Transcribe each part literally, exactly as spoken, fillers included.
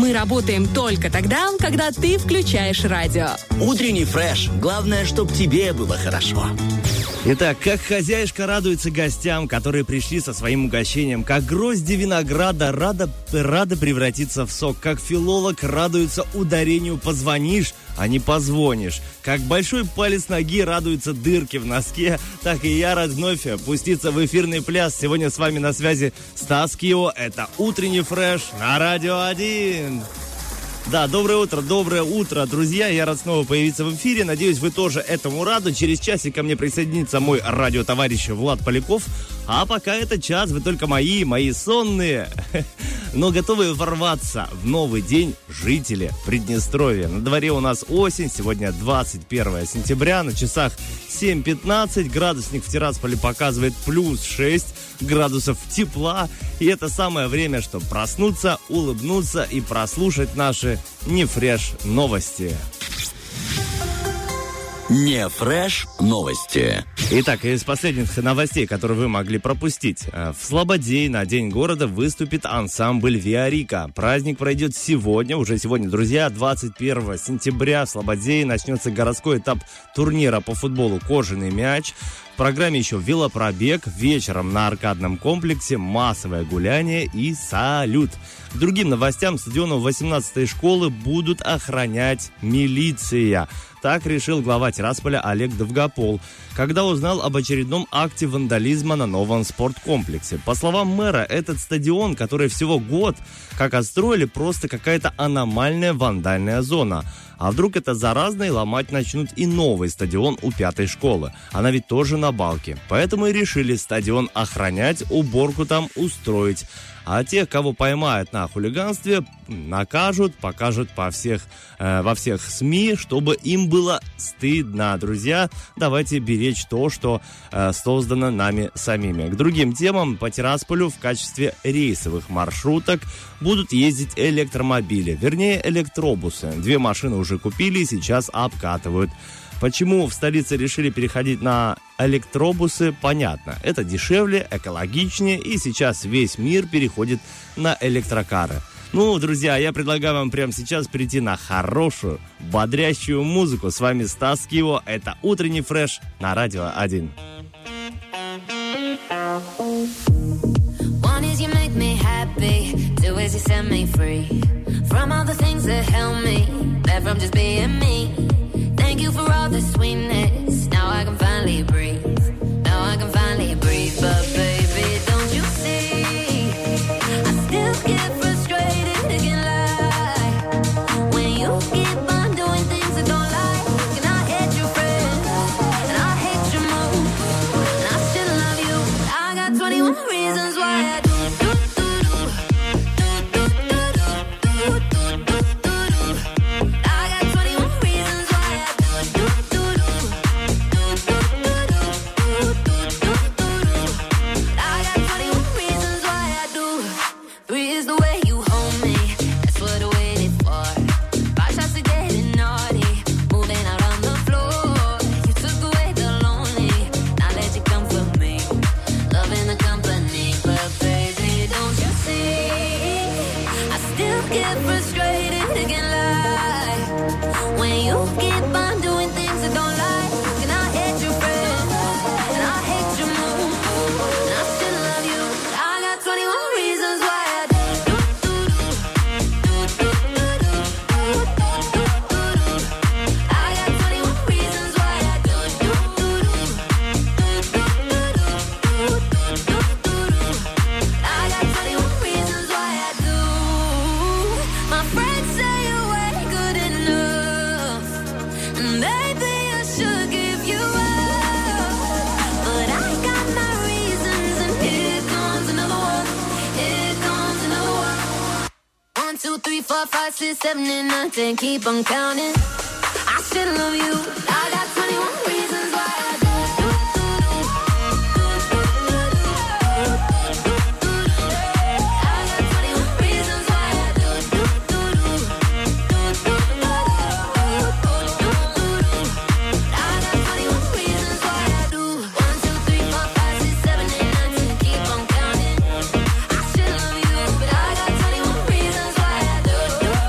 Мы работаем только тогда, когда ты включаешь радио. Утренний фреш. Главное, чтобы тебе было хорошо. Итак, как хозяюшка радуется гостям, которые пришли со своим угощением, как грозди винограда рада, рада превратиться в сок, как филолог радуется ударению «позвонишь», а не «позвонишь», как большой палец ноги радуется дырке в носке, так и я рад вновь пуститься в эфирный пляс. Сегодня с вами на связи Стас Кио. Это утренний фреш на Радио один. Да, доброе утро, доброе утро, друзья. Я рад снова появиться в эфире. Надеюсь, вы тоже этому рады. Через часик ко мне присоединится мой радиотоварищ Влад Поляков. А пока этот час вы только мои, мои сонные, но готовые ворваться в новый день жители Приднестровья. На дворе у нас осень, сегодня двадцать первое сентября, на часах семь пятнадцать, градусник в Тирасполе показывает плюс шесть градусов тепла. И это самое время, чтобы проснуться, улыбнуться и прослушать наши нефреш новости. Нефреш новости. Итак, из последних новостей, которые вы могли пропустить. В Слободе на День города выступит ансамбль «Виарика». Праздник пройдет сегодня, уже сегодня, друзья, двадцать первого сентября в Слободе начнется городской этап турнира по футболу «Кожаный мяч». В программе еще велопробег, вечером на аркадном комплексе массовое гуляние и салют. К другим новостям стадионов восемнадцатой школы будут охранять милиция. Так решил глава Тирасполя Олег Довгопол, когда узнал об очередном акте вандализма на новом спорткомплексе. По словам мэра, этот стадион, который всего год как отстроили, просто какая-то аномальная вандальная зона. А вдруг это заразно и ломать начнут и новый стадион у пятой школы? Она ведь тоже на балке. Поэтому и решили стадион охранять, уборку там устроить. А тех, кого поймают на хулиганстве, накажут, покажут по всех, э, во всех СМИ, чтобы им было стыдно. Друзья, давайте беречь то, что э, создано нами самими. К другим темам: по Тирасполю в качестве рейсовых маршруток будут ездить электромобили, вернее электробусы. Две машины уже купили и сейчас обкатывают. Почему в столице решили переходить на электробусы, понятно. Это дешевле, экологичнее, и сейчас весь мир переходит на электрокары. Ну, друзья, я предлагаю вам прямо сейчас перейти на хорошую, бодрящую музыку. С вами Стас Кио. Это утренний фреш на Радио один. Thank you for all the sweetness. Now I can finally breathe. Now I can finally breathe. But baby, don't you see? I still get frustrated, I can't lie. When you keep on doing things I don't like. And I hate your friends, and I hate your mood, and I still love you. I got twenty-one reasons why I do. Six, seven, and nine, ten, keep on counting. I still love you. I got twenty-one reasons why I do. I got twenty-one reasons why I do. I got twenty-one reasons why I do. One, two, three, four, five, six, seven, eight, nine, ten, keep on counting. I still love you, but I got twenty-one reasons why I do.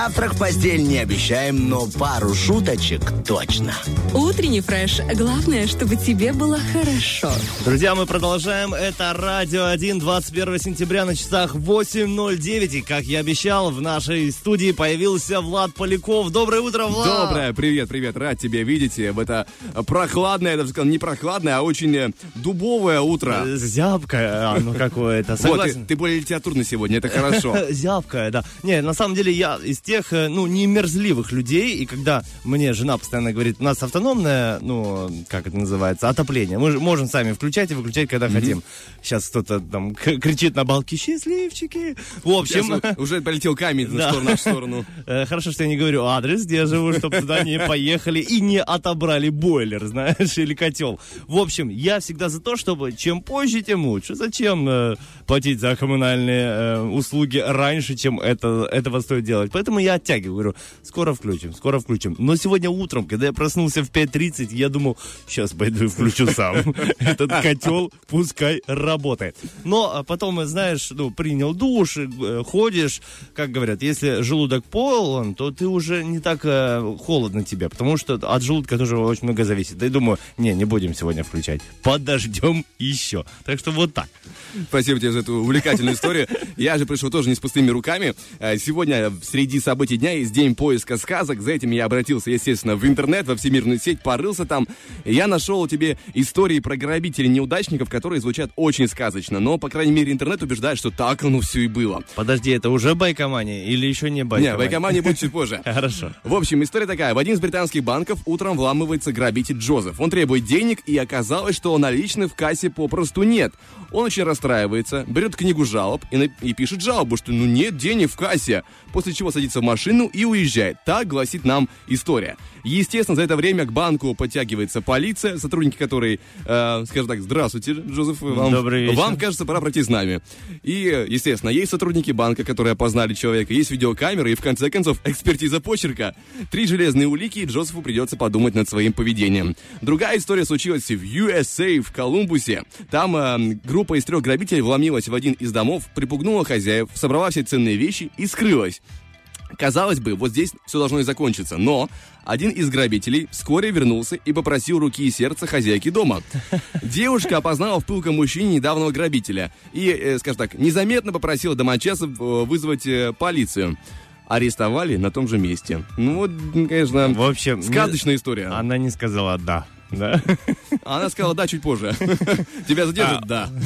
Завтрак в постель не обещаем, но пару шуточек точно. Утренний фреш. Главное, чтобы тебе было хорошо. Друзья, мы продолжаем. Это Радио один, двадцать первого сентября на часах восемь ноль девять. И, как я обещал, в нашей студии появился Влад Поляков. Доброе утро, Влад! Доброе, привет, привет, рад тебя видеть в это прохладное, я даже сказал, не прохладное, а очень дубовое утро. Зябкое оно какое-то, Вот, согласен? ты, ты более литературный сегодня, это хорошо. Зябкое, да. Не, на самом деле я из тех, ну, не мерзливых людей, и когда мне жена постоянно говорит, у нас автономное, ну, как это называется, отопление, мы можем сами включать и выключать, когда mm-hmm. хотим. Сейчас кто-то там к- кричит на балке, счастливчики. В общем... Сейчас уже полетел камень на сторону, нашу сторону. Хорошо, что я не говорю адрес, где я живу, чтобы туда не поехали и не отобрали бойлер, знаешь, или котел. В общем, я всегда за то, чтобы чем позже, тем лучше. Зачем э, платить за коммунальные э, услуги раньше, чем это, этого стоит делать? Поэтому я оттягиваю, говорю, скоро включим, скоро включим. Но сегодня утром, когда я проснулся в пять тридцать, я думал, сейчас пойду и включу сам. Этот котел пускай работает. Но потом, знаешь, ну, принял душ, ходишь, как говорят, если желудок полон, то ты уже не так э, холодно тебе, потому что от желудка тоже очень много зависит. Да и думаю, не, не будем сегодня включать, подождем еще. Так что вот так. Спасибо тебе за эту увлекательную историю. Я же пришел тоже не с пустыми руками. Сегодня среди событий дня есть день поиска сказок. За этим я обратился, естественно, в интернет, во всемирную сеть, порылся там. Я нашел тебе истории про грабителей-неудачников, которые звучат очень сказочно. Но, по крайней мере, интернет убеждает, что так оно все и было. Подожди, это уже байкомания или еще не байкомания? Не, байкомания будет чуть позже. Хорошо. В общем, история такая. В один из британских банков утром вламывается грабитель Джозеф. Он требует денег, и оказалось, что наличных в кассе попросту нет. Он очень расстраивается, берет книгу жалоб и, на... и пишет жалобу, что ну нет денег в кассе. После чего садится в машину и уезжает. Так гласит нам история. Естественно, за это время к банку подтягивается полиция, сотрудники которой, э, скажем так, здравствуйте, Джозеф, вам, добрый вечер. Вам, кажется, пора пройти с нами. И, естественно, есть сотрудники банка, которые опознали человека, есть видеокамеры и, в конце концов, экспертиза почерка. Три железные улики, и Джозефу придется подумать над своим поведением. Другая история случилась в ю эс эй, в Колумбусе. Там э, группа из трех грабителей вломилась в один из домов, припугнула хозяев, собрала все ценные вещи и скрылась. Казалось бы, вот здесь все должно и закончиться, но один из грабителей вскоре вернулся и попросил руки и сердца хозяйки дома. Девушка опознала в пылком мужчине недавнего грабителя и, э, скажем так, незаметно попросила домочадцев э, вызвать э, полицию. Арестовали на том же месте. Ну вот, конечно, в общем, сказочная не... история. Она не сказала «да». Да? Она сказала «да» чуть позже. Тебя задержат? А, да.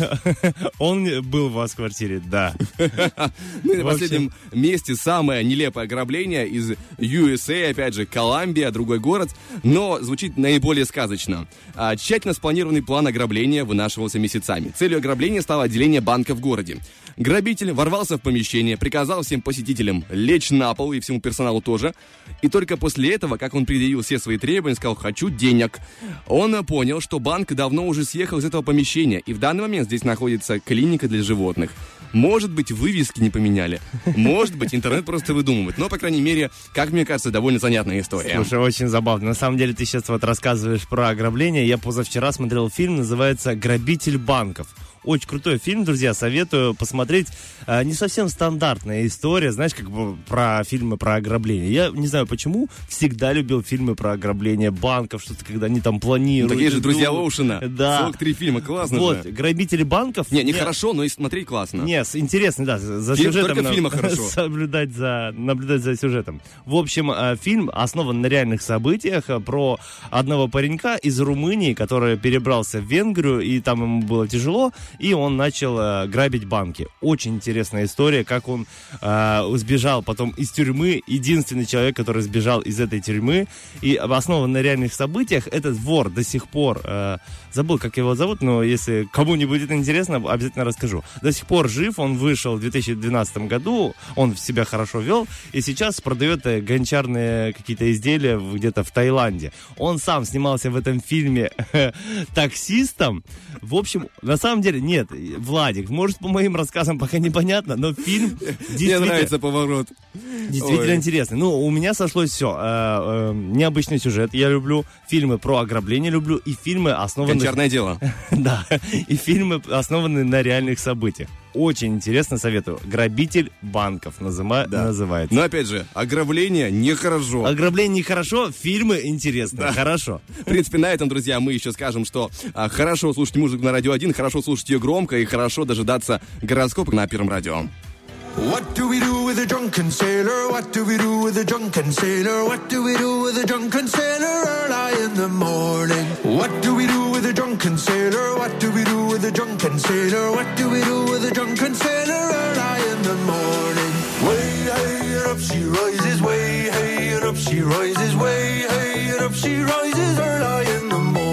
Он был у вас в квартире? Да. Ну и на последнем месте самое нелепое ограбление из ю эс эй, опять же, Колумбия, другой город, но звучит наиболее сказочно. А, тщательно спланированный план ограбления вынашивался месяцами. Целью ограбления стало отделение банка в городе. Грабитель ворвался в помещение, приказал всем посетителям лечь на пол и всему персоналу тоже. И только после этого, как он предъявил все свои требования, сказал «хочу денег», он понял, что банк давно уже съехал из этого помещения, и в данный момент здесь находится клиника для животных. Может быть, вывески не поменяли, может быть, интернет просто выдумывает, но, по крайней мере, как мне кажется, довольно занятная история. Слушай, очень забавно. На самом деле, ты сейчас вот рассказываешь про ограбление. Я позавчера смотрел фильм, называется «Грабитель банков». Очень крутой фильм, друзья, советую посмотреть. А, не совсем стандартная история, знаешь, как бы про фильмы про ограбление. Я не знаю почему, всегда любил фильмы про ограбление банков, что-то, когда они там планируют. Ну, такие же «Друзья Оушена». Да. сорок три фильма, классно вот, же. «Грабители банков». Не, не хорошо, но и смотреть классно. Не, интересно, да, за Фильм, сюжетом. только фильма хорошо. Соблюдать за, наблюдать за сюжетом. В общем, фильм основан на реальных событиях про одного паренька из Румынии, который перебрался в Венгрию, и там ему было тяжело, и он начал э, грабить банки. Очень интересная история, как он э, сбежал потом из тюрьмы. Единственный человек, который сбежал из этой тюрьмы. И основан на реальных событиях. Этот вор до сих пор, э, забыл, как его зовут, но если кому-нибудь это интересно, обязательно расскажу. До сих пор жив, он вышел в две тысячи двенадцатом году, он себя хорошо вел, и сейчас продает гончарные какие-то изделия где-то в Таиланде. Он сам снимался в этом фильме таксистом. В общем, на самом деле, нет, Владик, может, по моим рассказам пока непонятно, но фильм действительно... Мне нравится поворот. Действительно Ой. интересно. Ну, у меня сошлось все. Э, э, необычный сюжет. Я люблю фильмы про ограбление, люблю и фильмы, основанные... Гончарное дело. Да, и фильмы, основанные на реальных событиях. Очень интересно, советую. «Грабитель банков» назыма- называется. Но опять же, ограбление нехорошо. Ограбление нехорошо, фильмы интересные. Хорошо. В принципе, на этом, друзья, мы еще скажем, что а, хорошо слушать музыку на Радио один, хорошо слушать ее громко и хорошо дожидаться гороскопа на Первом радио. What do we do with a drunken sailor? What do we do with a drunken sailor? What do we do with a drunken sailor early in the morning? What do we do with a drunken sailor? What do we do with a drunken sailor? What do we do with a drunken sailor early in the morning? Way hey and up she rises, way hey and up she rises, way hey and up she rises early in the morning.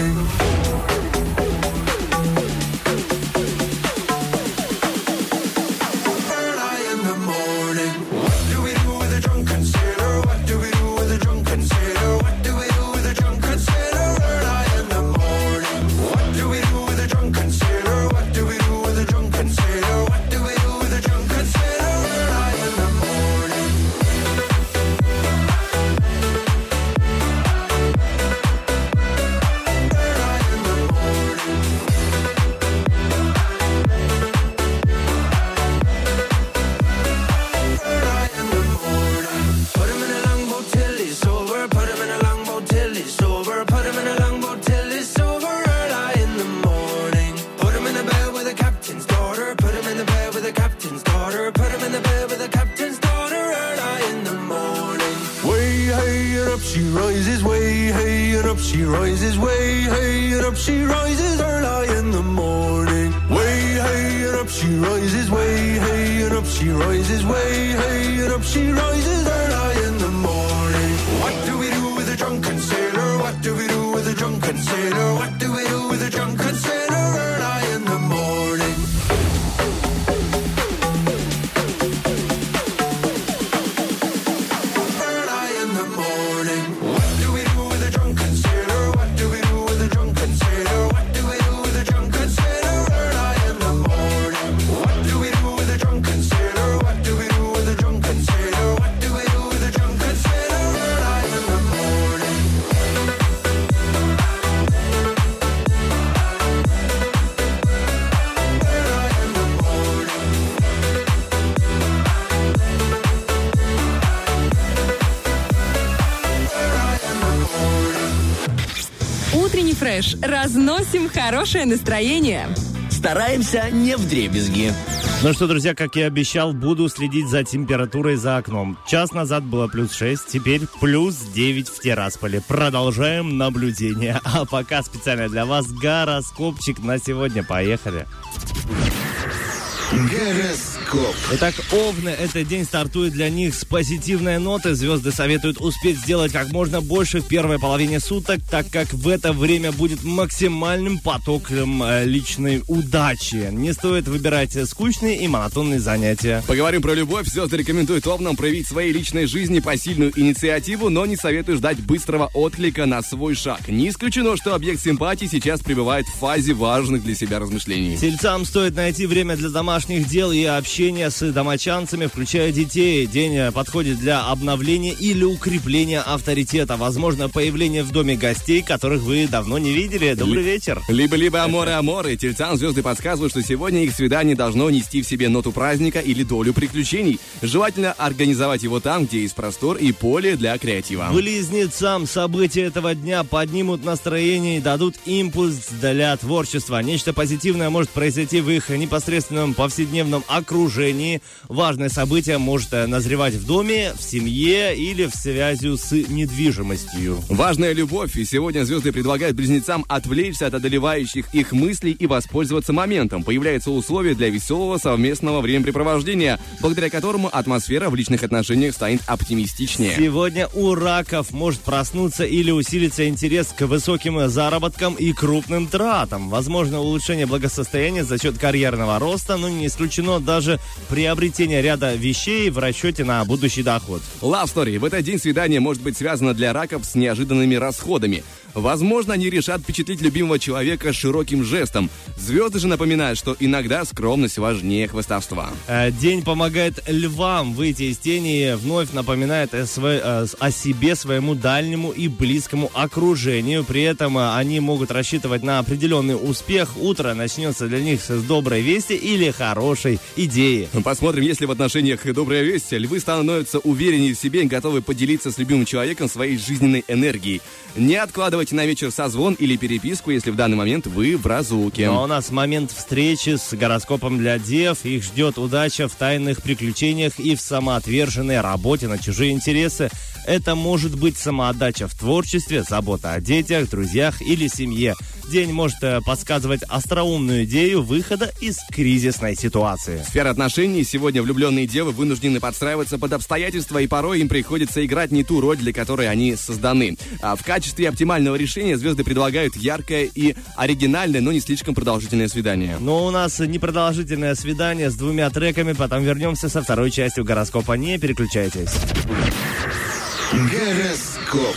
She rises way hey and up she rises early in the morning. Way hey and up she rises way hey and up she rises way hey and up she rises early in the morning. What do we do with a drunken sailor? What do we do with a drunken sailor? What do we do with a drunken sailor early in the morning? Early in the morning. What do we do with a drunken sailor? What do we do with a drunken sailor? What do we do with a drunken sailor early in the morning? What do we do with a drunken sailor? What do we do with a drunken sailor? What do we do with a drunken sailor early in the morning? Early in the morning. Early in the morning. Утренний фреш. Разносим хорошее настроение. Стараемся не вдребезги. Ну что, друзья, как я обещал, буду следить за температурой за окном. Час назад было плюс шесть, теперь плюс девять в Тирасполе. Продолжаем наблюдение. А пока специально для вас гороскопчик на сегодня. Поехали. Гороскоп. Итак, овны, этот день стартует для них с позитивной ноты. Звезды советуют успеть сделать как можно больше в первой половине суток, так как в это время будет максимальным потоком э, личной удачи. Не стоит выбирать скучные и монотонные занятия. Поговорим про любовь. Звезды рекомендуют овнам проявить в своей личной жизни посильную инициативу, но не советуют ждать быстрого отклика на свой шаг. Не исключено, что объект симпатии сейчас пребывает в фазе важных для себя размышлений. Тельцам стоит найти время для домашних дел и общения с домочанцами, включая детей. День подходит для обновления или укрепления авторитета. Возможно, появление в доме гостей, которых вы давно не видели. Добрый Ли- вечер. Либо-либо аморы-аморы. Тельцам звезды подсказывают, что сегодня их свидание должно нести в себе ноту праздника или долю приключений. Желательно организовать его там, где есть простор и поле для креатива. Близнецам события этого дня поднимут настроение и дадут импульс для творчества. Нечто позитивное может произойти в их непосредственном повседневном окружении. Важное событие может назревать в доме, в семье или в связи с недвижимостью. Важная любовь, и сегодня звезды предлагают близнецам отвлечься от одолевающих их мыслей и воспользоваться моментом. Появляются условия для веселого совместного времяпрепровождения, благодаря которому атмосфера в личных отношениях станет оптимистичнее. Сегодня у раков может проснуться или усилиться интерес к высоким заработкам и крупным тратам. Возможно улучшение благосостояния за счет карьерного роста, но не исключено даже приобретение ряда вещей в расчете на будущий доход. Love Story. В этот день свидание может быть связано для раков с неожиданными расходами. Возможно, они решат впечатлить любимого человека широким жестом. Звезды же напоминают, что иногда скромность важнее хвастовства. День помогает львам выйти из тени и вновь напоминает о, сво... о себе своему дальнему и близкому окружению. При этом они могут рассчитывать на определенный успех. Утро начнется для них с доброй вести или хорошей идеи. Посмотрим, если в отношениях добрая весть, львы становятся увереннее в себе и готовы поделиться с любимым человеком своей жизненной энергией. Не откладывайте на вечер созвон или переписку, если в данный момент вы в разлуке. Но у нас момент встречи с гороскопом для дев. Их ждет удача в тайных приключениях и в самоотверженной работе на чужие интересы. Это может быть самоотдача в творчестве, забота о детях, друзьях или семье. День может подсказывать остроумную идею выхода из кризисной ситуации. Сфера отношений. Сегодня влюбленные девы вынуждены подстраиваться под обстоятельства, и порой им приходится играть не ту роль, для которой они созданы. А в качестве оптимального решения звезды предлагают яркое и оригинальное, но не слишком продолжительное свидание. Но у нас непродолжительное свидание с двумя треками, потом вернемся со второй частью гороскопа. Не переключайтесь. Гороскоп.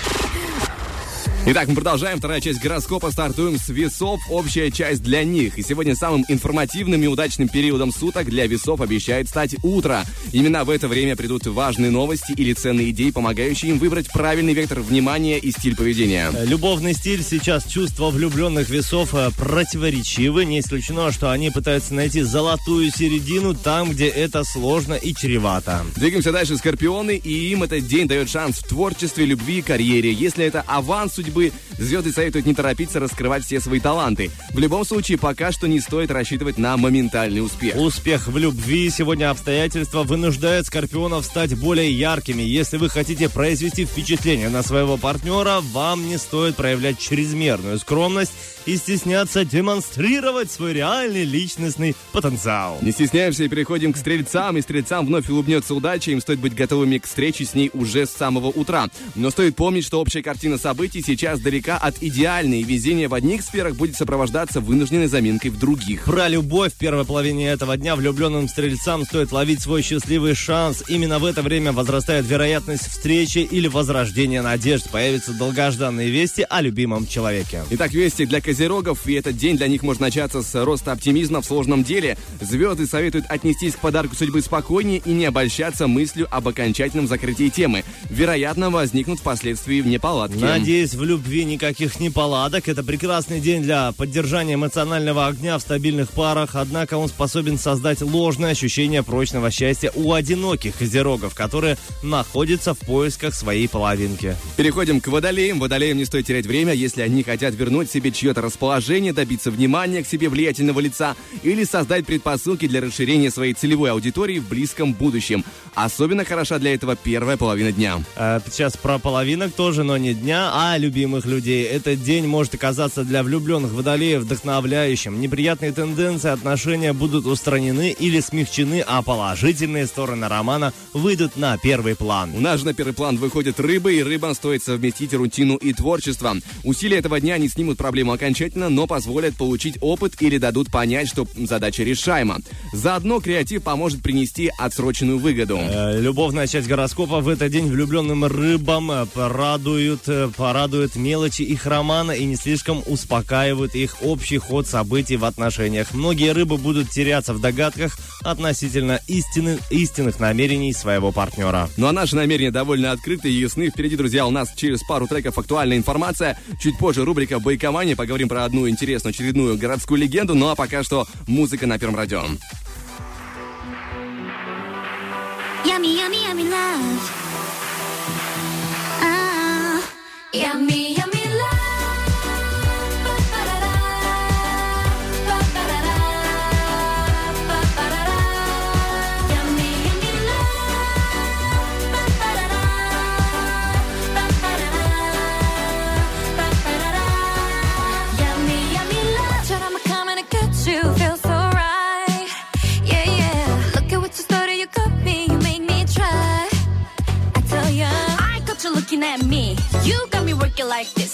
Итак, мы продолжаем. Вторая часть гороскопа. Стартуем с весов. Общая часть для них. И сегодня самым информативным и удачным периодом суток для весов обещает стать утро. Именно в это время придут важные новости или ценные идеи, помогающие им выбрать правильный вектор внимания и стиль поведения. Любовный стиль. Сейчас чувства влюбленных весов противоречивы. Не исключено, что они пытаются найти золотую середину там, где это сложно и чревато. Двигаемся дальше. Скорпионы. И им этот день дает шанс в творчестве, любви и карьере. Если это аванс судьбы, звезды советуют не торопиться раскрывать все свои таланты. В любом случае, пока что не стоит рассчитывать на моментальный успех. Успех в любви. Сегодня обстоятельства вынуждают скорпионов стать более яркими. Если вы хотите произвести впечатление на своего партнера, вам не стоит проявлять чрезмерную скромность и стесняться демонстрировать свой реальный личностный потенциал. Не стесняемся и переходим к стрельцам. И стрельцам вновь улыбнется удача. Им стоит быть готовыми к встрече с ней уже с самого утра. Но стоит помнить, что общая картина событий сейчас далека от идеальной, и везение в одних сферах будет сопровождаться вынужденной заминкой в других. Про любовь в первой половине этого дня влюбленным стрельцам стоит ловить свой счастливый шанс. Именно в это время возрастает вероятность встречи или возрождения надежд. Появятся долгожданные вести о любимом человеке. Итак, вести для козерогов, и этот день для них может начаться с роста оптимизма в сложном деле. Звезды советуют отнестись к подарку судьбы спокойнее и не обольщаться мыслью об окончательном закрытии темы. Вероятно, возникнут впоследствии неполадки. Надеюсь, в любви никаких неполадок. Это прекрасный день для поддержания эмоционального огня в стабильных парах, однако он способен создать ложное ощущение прочного счастья у одиноких козерогов, которые находятся в поисках своей половинки. Переходим к водолеям. Водолеям не стоит терять время, если они хотят вернуть себе чье-то расположение, добиться внимания к себе влиятельного лица или создать предпосылки для расширения своей целевой аудитории в близком будущем. Особенно хороша для этого первая половина дня. А, сейчас про половинок тоже, но не дня, а любимых людей. Этот день может оказаться для влюбленных водолеев вдохновляющим. Неприятные тенденции отношения будут устранены или смягчены, а положительные стороны романа выйдут на первый план. У нас же на первый план выходят рыбы, и рыбам стоит совместить рутину и творчество. Усилия этого дня не снимут проблему окончательно, но позволят получить опыт или дадут понять, что задача решаема. Заодно креатив поможет принести отсроченную выгоду. Э, любовная часть гороскопа. В этот день влюбленным рыбам порадуют, порадуют мелочи их романа и не слишком успокаивают их общий ход событий в отношениях. Многие рыбы будут теряться в догадках относительно истины, истинных намерений своего партнера. Ну а наши намерения довольно открыты и ясны. Впереди, друзья, у нас через пару треков актуальная информация. Чуть позже рубрика «Бойкомания». Поговорим про одну интересную очередную городскую легенду. Ну а пока что музыка на Первом радио. Yummy, yummy, yummy love. Ah, yummy, yummy love. Ba-ba-da-da, ba-ba-da-da, ba-ba-da-da. Yummy, yummy love. Ba-ba-da-da, ba-ba-da-da, ba-ba-da-da. Yummy, yummy love. Said I'm coming to get you, feel so right. Yeah, yeah. Look at what you started, you got me. Looking at me, you got me working like this.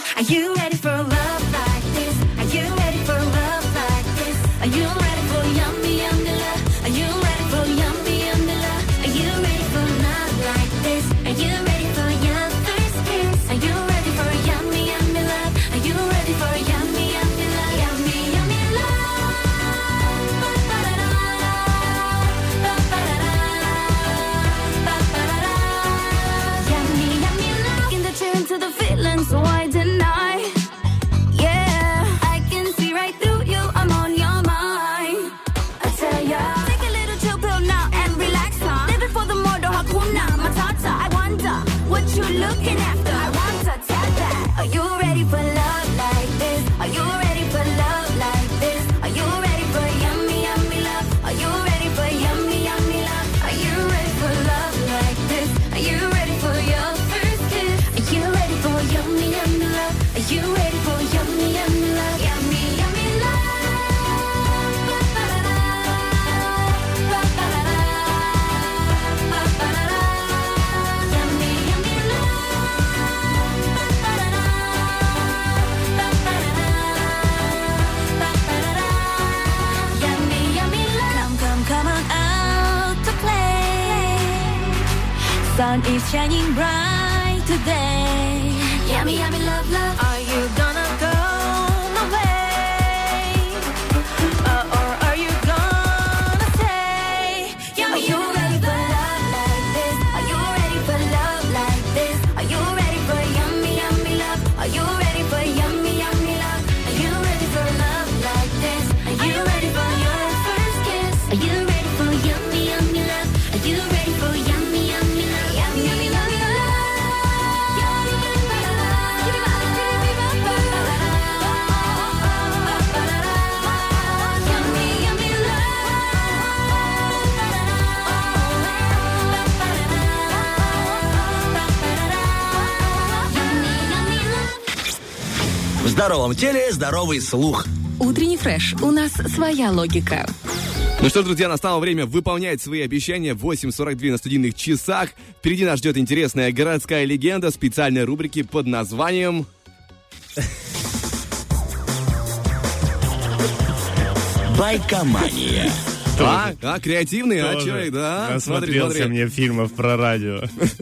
Are you ready for love like this? Are you ready for love like this? Are you ready for yummy, yummy love? Are you ready for yummy, yummy love? Are you ready for love like this? Are you ready for your first kiss? Are you ready for yummy, yummy love? Are you ready for yummy, yummy love? Yummy, yummy love. Ba-ba-da-da, ba-ba-da-da, ba-ba-da-da. Yummy, yummy love. In the chair into the feeling, so why deny? Yeah, I can see right through you. I'm on your mind. I tell ya, take a little chill pill now and relax, huh? Living for the murder, Hakuna Matata. I wonder what you looking after. I want to tell that. Are you ready for love like this? Are you ready for love like this? Are you ready for yummy, yummy love? Are you ready for yummy, yummy love? Are you ready for love like this? Are you ready for your first kiss? Are you ready for yummy, yummy love? Are you ready for yummy, yummy love? Yummy, yummy love. Ba-ba-da-da, ba-ba-da-da, ba-ba-da-da. Yummy, yummy love. Ba-ba-da-da, ba-ba-da-da, ba-ba-da-da. Yummy, yummy love. Come, come, come on out to play. Sun is shining bright today. Yummy, yummy love, love. Are you gonna go my way? Uh, or are you gonna stay? Yummy, are you ready for love like this? Are you ready for love like this? Are you ready for yummy, yummy love? Are you ready for yummy, yummy love? Are you ready for love like this? Are you ready for your first kiss? Are you ready for yummy, yummy love? Are you ready for yummy, yummy love? Yummy, yummy love, love. В здоровом теле здоровый слух. Утренний фреш. У нас своя логика. Ну что ж, друзья, настало время выполнять свои обещания. восемь сорок два на студийных часах. Впереди нас ждет интересная городская легенда специальной рубрики под названием... Байкомания. А, а, креативный, а, Тоже человек, да? Смотри, насмотрелся смотри. мне фильмов про радио.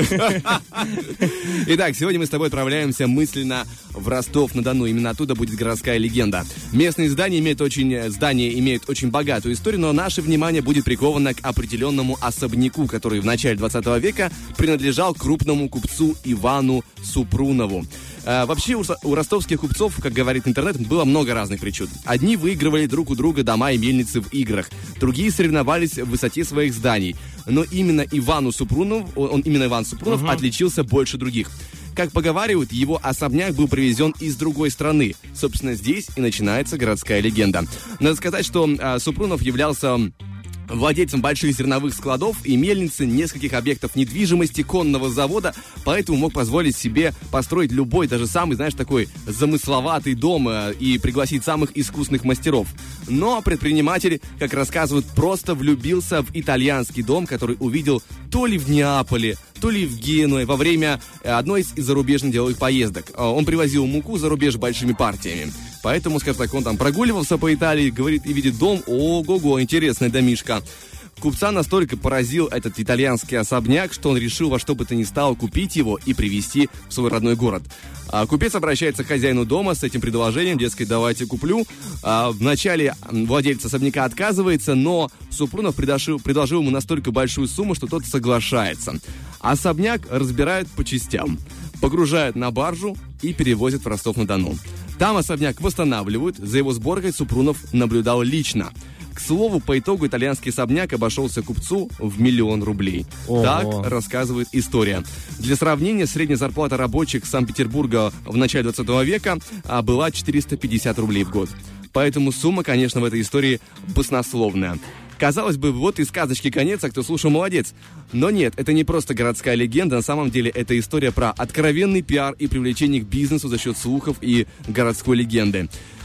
Итак, сегодня мы с тобой отправляемся мысленно в Ростов-на-Дону. Именно оттуда будет городская легенда. Местные здания имеют очень, здания имеют очень богатую историю, но наше внимание будет приковано к определенному особняку, который в начале двадцатого века принадлежал крупному купцу Ивану Супрунову. А, вообще у, у ростовских купцов, как говорит интернет, было много разных причуд. Одни выигрывали друг у друга дома и мельницы в играх, другие соревновались в высоте своих зданий. Но именно Ивану Супрунов, он именно Иван Супрунов, uh-huh. отличился больше других. Как поговаривают, его особняк был привезен из другой страны. Собственно, здесь и начинается городская легенда. Надо сказать, что а, Супрунов являлся владельцем больших зерновых складов и мельницы, нескольких объектов недвижимости, конного завода, поэтому мог позволить себе построить любой, даже самый, знаешь, такой замысловатый дом и пригласить самых искусных мастеров. Но предприниматель, как рассказывают, просто влюбился в итальянский дом, который увидел то ли в Неаполе, то ли в Генуе во время одной из зарубежных деловых поездок. Он привозил муку за рубеж большими партиями. Поэтому, скажем так, он там прогуливался по Италии, говорит, и видит дом, ого-го, интересный домишко. Купца настолько поразил этот итальянский особняк, что он решил во что бы то ни стало купить его и привезти в свой родной город. А купец обращается к хозяину дома с этим предложением, дескать, давайте куплю. А вначале владелец особняка отказывается, но Супрунов предложил, предложил ему настолько большую сумму, что тот соглашается. Особняк разбирают по частям, погружают на баржу и перевозят в Ростов-на-Дону. Там особняк восстанавливают, за его сборкой Супрунов наблюдал лично. К слову, по итогу итальянский особняк обошелся купцу в миллион рублей. Ого. Так рассказывает история. Для сравнения, средняя зарплата рабочих Санкт-Петербурга в начале двадцатого века была четыреста пятьдесят рублей в год. Поэтому сумма, конечно, в этой истории баснословная. Казалось бы, вот и сказочки конец, а кто слушал, молодец. Но нет, это не просто городская легенда, на самом деле это история про откровенный пиар и привлечение к бизнесу за счет слухов и городской легенды.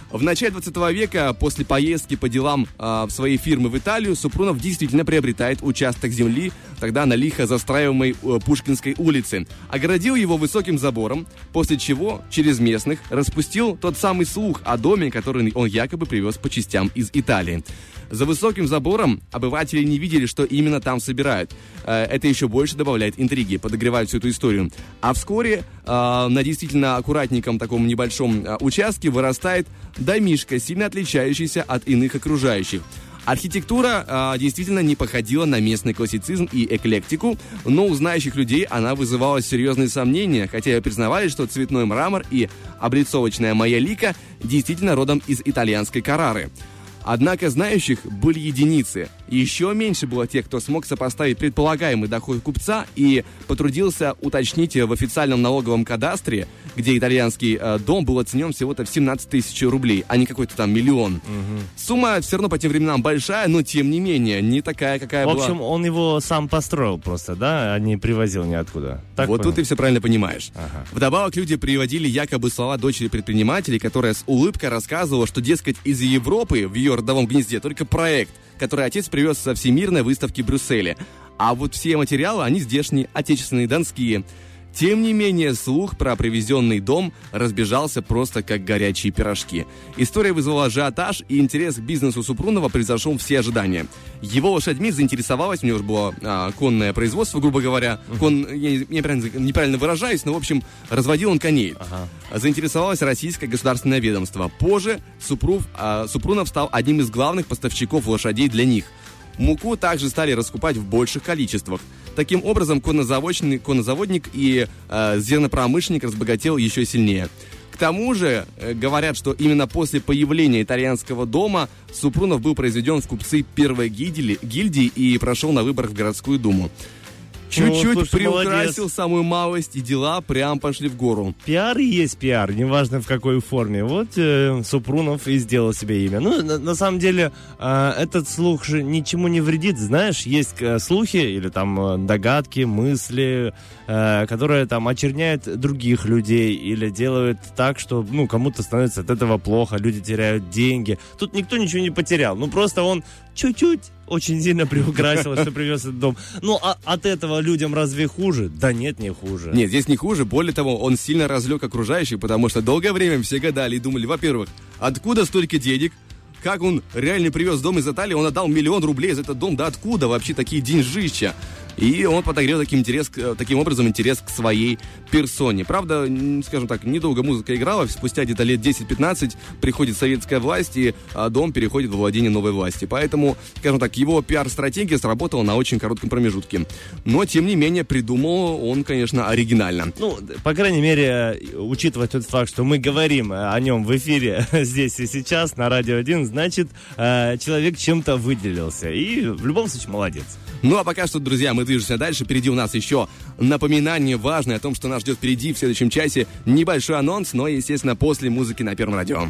В начале двадцатого века, после поездки по делам э, в своей фирмы в Италию, Супрунов действительно приобретает участок земли, тогда на лихо застраиваемой э, Пушкинской улице. Огородил его высоким забором, после чего через местных распустил тот самый слух о доме, который он якобы привез по частям из Италии. За высоким забором обыватели не видели, что именно там собирают. Это еще больше добавляет интриги, подогревает всю эту историю. А вскоре э, на действительно аккуратненьком таком небольшом э, участке вырастает домишко, сильно отличающийся от иных окружающих. Архитектура э, действительно не походила на местный классицизм и эклектику, но у знающих людей она вызывала серьезные сомнения, хотя и признавали, что цветной мрамор и облицовочная майолика действительно родом из итальянской Каррары. Однако знающих были единицы. Еще меньше было тех, кто смог сопоставить предполагаемый доход купца и потрудился уточнить в официальном налоговом кадастре, где итальянский э, дом был оценен всего-то в семнадцать тысяч рублей, а не какой-то там миллион. Угу. Сумма все равно по тем временам большая, но тем не менее не такая, какая была. В общем, была. Он его сам построил просто, да, а не привозил ниоткуда. Так вот понял? Тут ты все правильно понимаешь. Ага. Вдобавок люди приводили якобы слова дочери предпринимателей, которая с улыбкой рассказывала, что, дескать, из Европы в ее родовом гнезде только проект, который отец привез со всемирной выставки в Брюсселе. А вот все материалы, они здешние, отечественные, донские. Тем не менее, слух про привезенный дом разбежался просто как горячие пирожки. История вызвала ажиотаж, и интерес к бизнесу Супрунова превзошел все ожидания. Его лошадьми заинтересовалось, у него же было а, конное производство, грубо говоря. Кон, я неправильно, неправильно выражаюсь, но, в общем, разводил он коней. Ага. Заинтересовалось российское государственное ведомство. Позже Супрув, а, Супрунов стал одним из главных поставщиков лошадей для них. Муку также стали раскупать в больших количествах. Таким образом, коннозаводчик, коннозаводник и э, зернопромышленник разбогател еще сильнее. К тому же, э, говорят, что именно после появления итальянского дома Супрунов был произведен в купцы первой гильдии, гильдии и прошел на выборах в городскую думу. Чуть-чуть ну, слушай, приукрасил молодец. Самую малость, и дела прям пошли в гору. Пиар и есть пиар, неважно в какой форме. Вот э, Супрунов и сделал себе имя. Ну, на, на самом деле, э, этот слух же ничему не вредит. Знаешь, есть э, слухи или там э, догадки, мысли, э, которые там очерняют других людей или делают так, что ну, кому-то становится от этого плохо, люди теряют деньги. Тут никто ничего не потерял. Ну, просто он чуть-чуть очень сильно приукрасил, что привез этот дом. Ну, а от этого людям разве хуже? Да нет, не хуже. Нет, здесь не хуже. Более того, он сильно разлег окружающих, потому что долгое время все гадали и думали, во-первых, откуда столько денег? Как он реально привез дом из Италии? Он отдал миллион рублей за этот дом. Да откуда вообще такие деньжища? И он подогрел таким, интерес, таким образом интерес к своей персоне. Правда, скажем так, недолго музыка играла. Спустя где-то лет десять-пятнадцать приходит советская власть, и дом переходит во владение новой власти. Поэтому, скажем так, его пиар-стратегия сработала на очень коротком промежутке. Но, тем не менее, придумал он, конечно, оригинально. Ну, по крайней мере, учитывая тот факт, что мы говорим о нем в эфире здесь и сейчас на Радио один, значит, человек чем-то выделился. И в любом случае молодец. Ну а пока что, друзья, мы движемся дальше. Впереди у нас еще напоминание важное о том, что нас ждет впереди в следующем часе. Небольшой анонс, но, естественно, после музыки на Первом радио.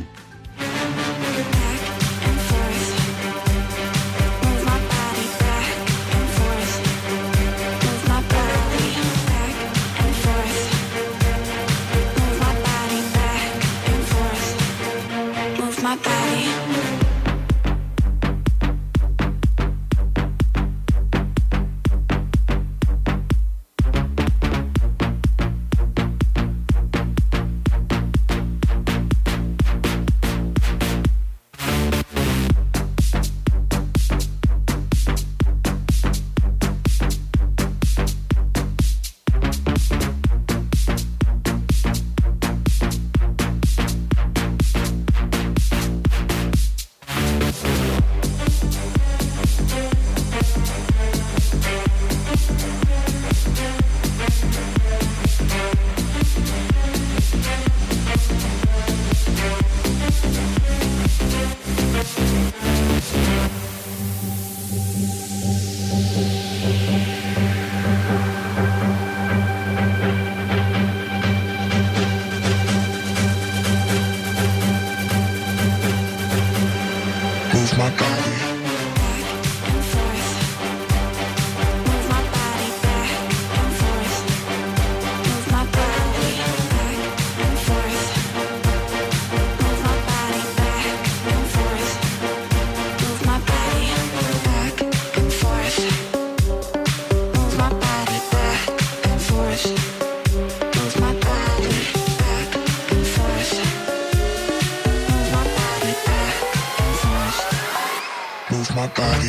my body.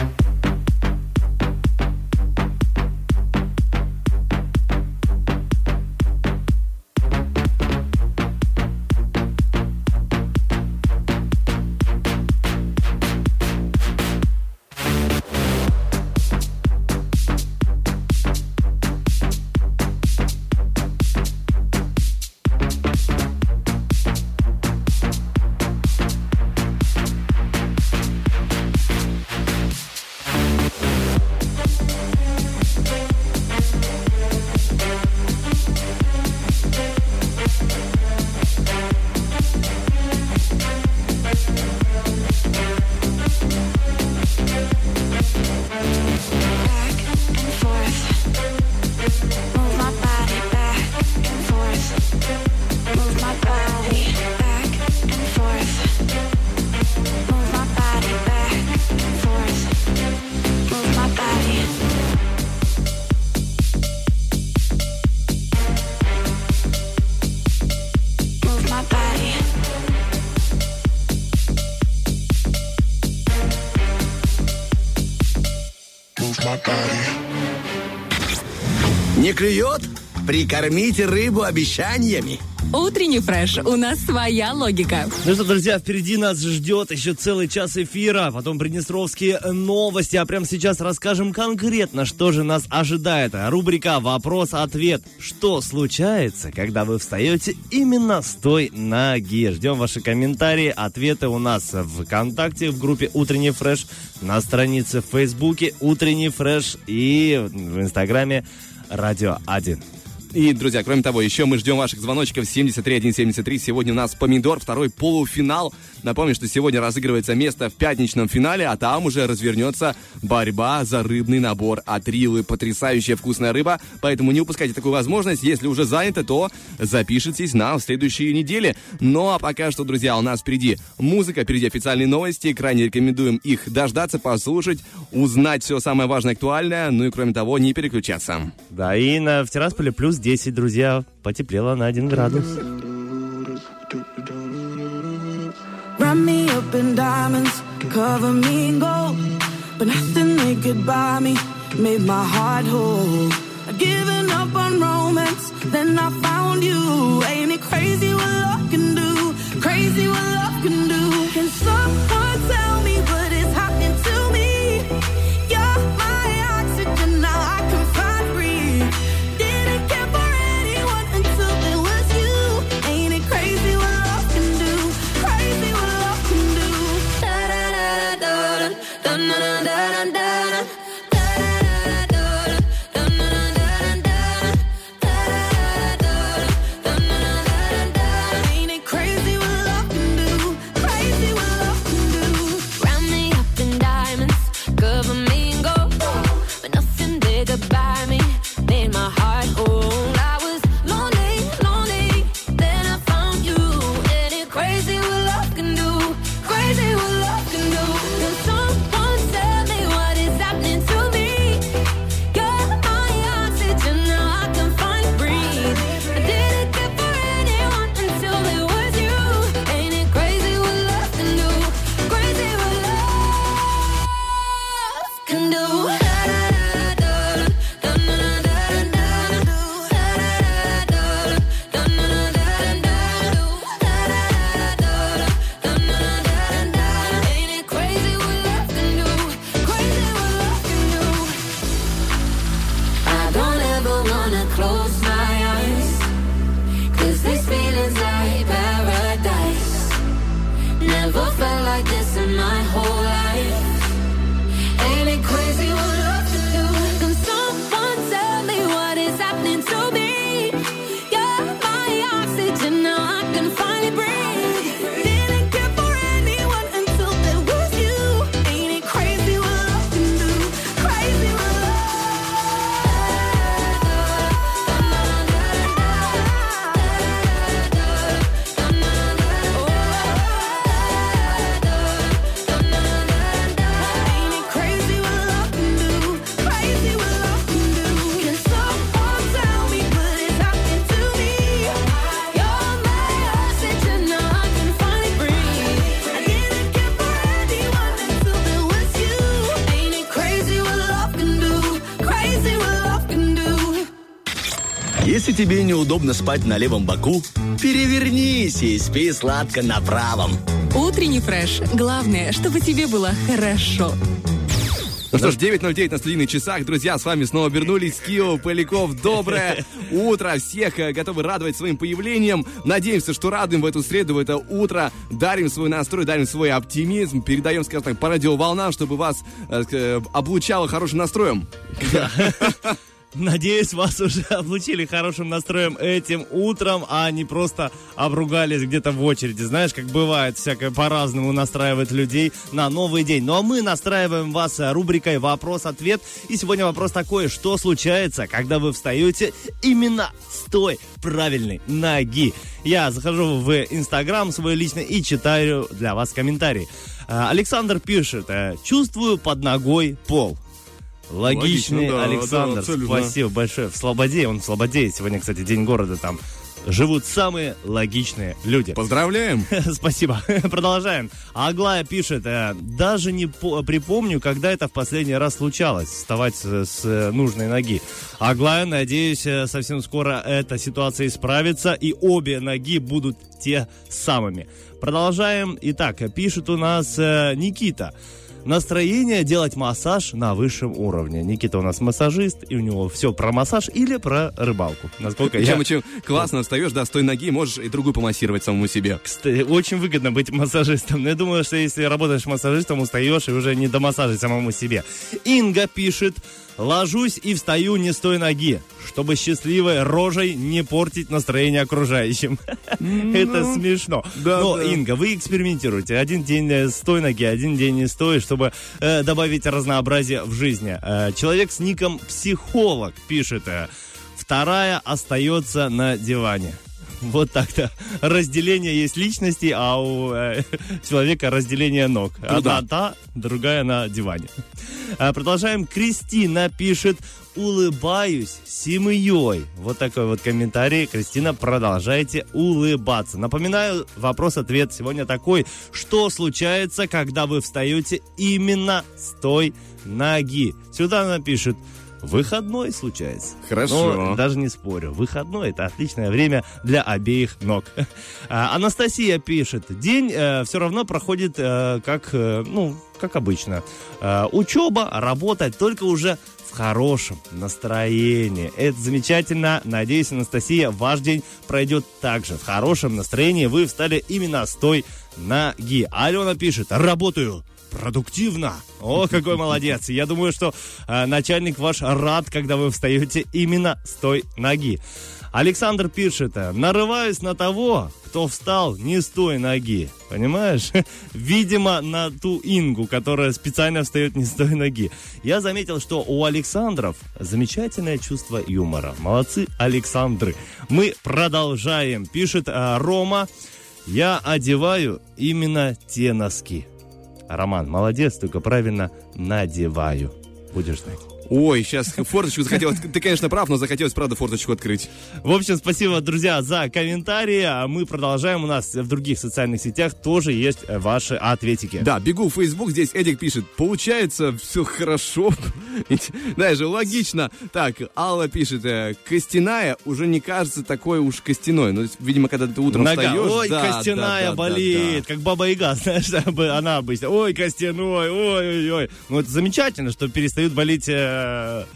Не клюет? Прикормите рыбу обещаниями. Утренний фреш. У нас своя логика. Ну что, друзья, впереди нас ждет еще целый час эфира, потом приднестровские новости, а прямо сейчас расскажем конкретно, что же нас ожидает. Рубрика «Вопрос-ответ». Что случается, когда вы встаете именно с той ноги? Ждем ваши комментарии, ответы у нас в ВКонтакте, в группе «Утренний фреш», на странице в Фейсбуке «Утренний фреш» и в Инстаграме «Радио один». И, друзья, кроме того, еще мы ждем ваших звоночков семьдесят три один семьдесят три. Сегодня у нас «Помидор», второй полуфинал. Напомню, что сегодня разыгрывается место в пятничном финале, а там уже развернется борьба за рыбный набор от Рилы. Потрясающая вкусная рыба, поэтому не упускайте такую возможность. Если уже занято, то запишитесь на следующей неделе. Ну а пока что, друзья, у нас впереди музыка, впереди официальные новости. Крайне рекомендуем их дождаться, послушать, узнать все самое важное, актуальное. Ну и, кроме того, не переключаться. Да, и на, в Тирасполе плюс десять, друзья, потеплело на один градус. Wrap me up in diamonds, cover me in gold, but nothing they could buy me made my heart whole. I'd given up on romance, then I found you. Ain't it crazy what love can do? Crazy what love can do. Can someone tell me what is happening to me? You're my oxygen, now I can find breathe. Didn't care for anyone until it was you. Ain't it crazy what love can do? Crazy what love can do. Da da da da da da da da da. Ain't it crazy what love can do? Crazy what love can do. Если тебе неудобно спать на левом боку, перевернись и спи сладко на правом. Утренний фреш. Главное, чтобы тебе было хорошо. Ну что ж, девять ноль девять на студийных часах. Друзья, с вами снова вернулись. Кио, Поляков, доброе утро. Всех э, готовы радовать своим появлением. Надеемся, что радуем в эту среду, в это утро. Дарим свой настрой, дарим свой оптимизм. Передаем, скажем так, по радиоволнам, чтобы вас э, э, облучало хорошим настроем. Надеюсь, вас уже облучили хорошим настроем этим утром, а не просто обругались где-то в очереди. Знаешь, как бывает, всякое по-разному настраивает людей на новый день. Ну а мы настраиваем вас рубрикой «Вопрос-ответ». И сегодня вопрос такой: что случается, когда вы встаете именно с той правильной ноги? Я захожу в Инстаграм свой личный и читаю для вас комментарии. Александр пишет: «Чувствую под ногой пол». Логичный, Логично, да, Александр, да, спасибо большое. В Слободе, он в Слободе, сегодня, кстати, день города, там живут самые логичные люди. Поздравляем! Спасибо. Продолжаем. Аглая пишет: даже не по- припомню, когда это в последний раз случалось, вставать с, с нужной ноги. Аглая, надеюсь, совсем скоро эта ситуация исправится, и обе ноги будут те самыми. Продолжаем. Итак, пишет у нас Никита: настроение делать массаж на высшем уровне. Никита у нас массажист, и у него все про массаж или про рыбалку. Насколько я... Чем, чем классно встаешь, да, с той ноги, можешь и другую помассировать самому себе. Кстати, очень выгодно быть массажистом. Но я думаю, что если работаешь массажистом, устаешь и уже не до массажа самому себе. Инга пишет: ложусь и встаю не с той ноги, чтобы счастливой рожей не портить настроение окружающим. Это смешно. Но, Инга, вы экспериментируете. Один день с той ноги, один день не с той, чтобы добавить разнообразие в жизни. Человек с ником «Психолог» пишет: вторая остается на диване. Вот так-то. Разделение есть личности, а у э, человека разделение ног. Одна та, другая на диване. А, продолжаем. Кристина пишет: улыбаюсь семьей. Вот такой вот комментарий. Кристина, продолжайте улыбаться. Напоминаю, вопрос-ответ сегодня такой: что случается, когда вы встаете именно с той ноги? Сюда она пишет: выходной случается. Хорошо. Но даже не спорю. Выходной — это отличное время для обеих ног. А, Анастасия пишет: день э, все равно проходит э, как, э, ну, как обычно. Э, учеба, работа, только уже в хорошем настроении. Это замечательно. Надеюсь, Анастасия, ваш день пройдет так же. В хорошем настроении вы встали именно с той ноги. Алена пишет: работаю продуктивно. О, какой молодец. Я думаю, что э, начальник ваш рад, когда вы встаете именно с той ноги. Александр пишет: нарываюсь на того, кто встал не с той ноги. Понимаешь? Видимо, на ту Ингу, которая специально встает не с той ноги. Я заметил, что у Александров замечательное чувство юмора. Молодцы, Александры. Мы продолжаем. Пишет э, Рома: я одеваю именно те носки. Роман, молодец, только правильно надеваю. Будешь знать. Ой, сейчас форточку захотелось. Ты, конечно, прав, но захотелось, правда, форточку открыть. В общем, спасибо, друзья, за комментарии. А мы продолжаем. У нас в других социальных сетях тоже есть ваши ответики. Да, бегу в Facebook. Здесь Эдик пишет: получается, все хорошо. Знаешь, логично. Так, Алла пишет: костяная уже не кажется такой уж костяной. Ну, видимо, когда ты утром Нога. встаешь... Ой, да, костяная да, да, болит. да, да. Как Баба Яга, знаешь, она обычно: ой, костяной, ой-ой-ой. Ну, это замечательно, что перестают болеть... Э,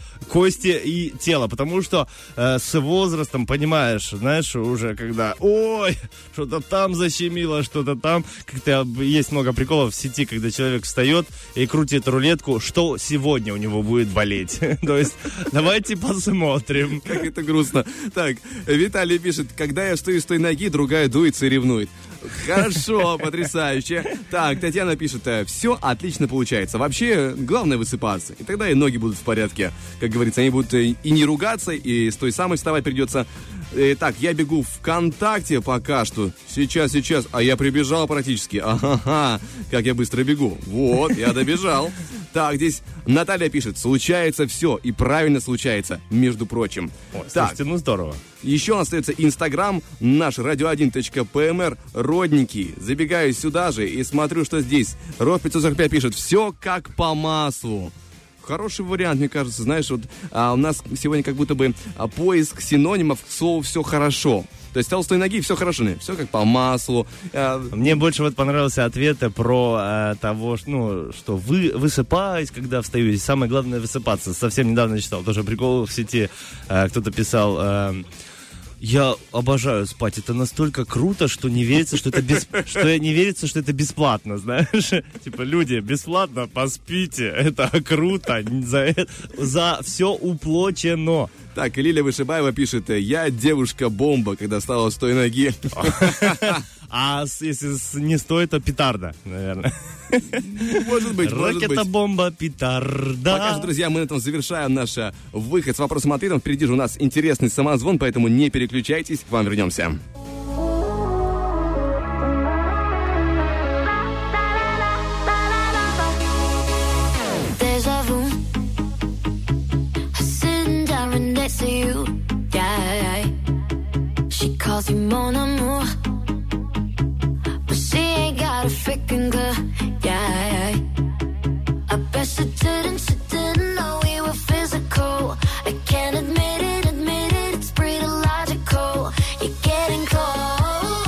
кости и тело, потому что э, с возрастом, понимаешь, знаешь, уже когда, ой, что-то там защемило, что-то там, как-то есть много приколов в сети, когда человек встает и крутит рулетку, что сегодня у него будет болеть. То есть, давайте посмотрим. Как это грустно. Так, Виталий пишет: когда я встаю с той ноги, другая дуется и ревнует. Хорошо, потрясающе. Так, Татьяна пишет: все отлично получается. Вообще, главное высыпаться, и тогда и ноги будут в порядке. Как говорится, они будут и не ругаться, и с той самой вставать придется. Так, я бегу ВКонтакте пока что. Сейчас, сейчас. А я прибежал практически. Ага, как я быстро бегу. Вот, я добежал. Так, здесь Наталья пишет: случается все, и правильно случается, между прочим. О, так, слушайте, ну здорово. еще у нас остается Инстаграм, наш радио один точка пэ эм эр, родненький. Забегаю сюда же и смотрю, что здесь. Ров пятьсот сорок пять пишет: все как по маслу. хороший вариант, мне кажется. Знаешь, вот а, у нас сегодня как будто бы а, поиск синонимов к слову «все хорошо». То есть толстой ноги все хорошо, все как по маслу. Мне больше вот понравился ответ про э, того, ну, что вы высыпаюсь, когда встаю. И самое главное высыпаться. Совсем недавно читал тоже прикол в сети. Э, кто-то писал... Э, Я обожаю спать. Это настолько круто, что не верится, что это без... что не верится, что это бесплатно, знаешь? Типа, люди, бесплатно поспите. Это круто. За, за все уплочено. Так, и Лилия Вышибаева пишет: я девушка-бомба, когда встала с той ноги. А если не стоит, то петарда, наверное. Может быть, может быть. Ракета-бомба, петарда. Пока же, друзья, мы на этом завершаем наш выход с вопросом-ответом. Впереди же у нас интересный самозвон, поэтому не переключайтесь, к вам вернемся. Freaking good, yeah, yeah. I bet she didn't, she didn't know we were physical. I can't admit it, admit it, it's pretty logical. You're getting close.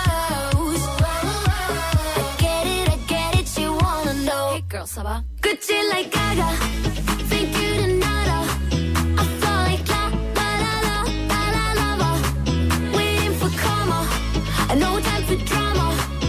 I get it, I get it, you wanna know. Hey girl, ça va? Gucci like Gaga, think you did nada. I fall like la, la, la, la, la, la, lava. Waiting for karma, I know time for drama.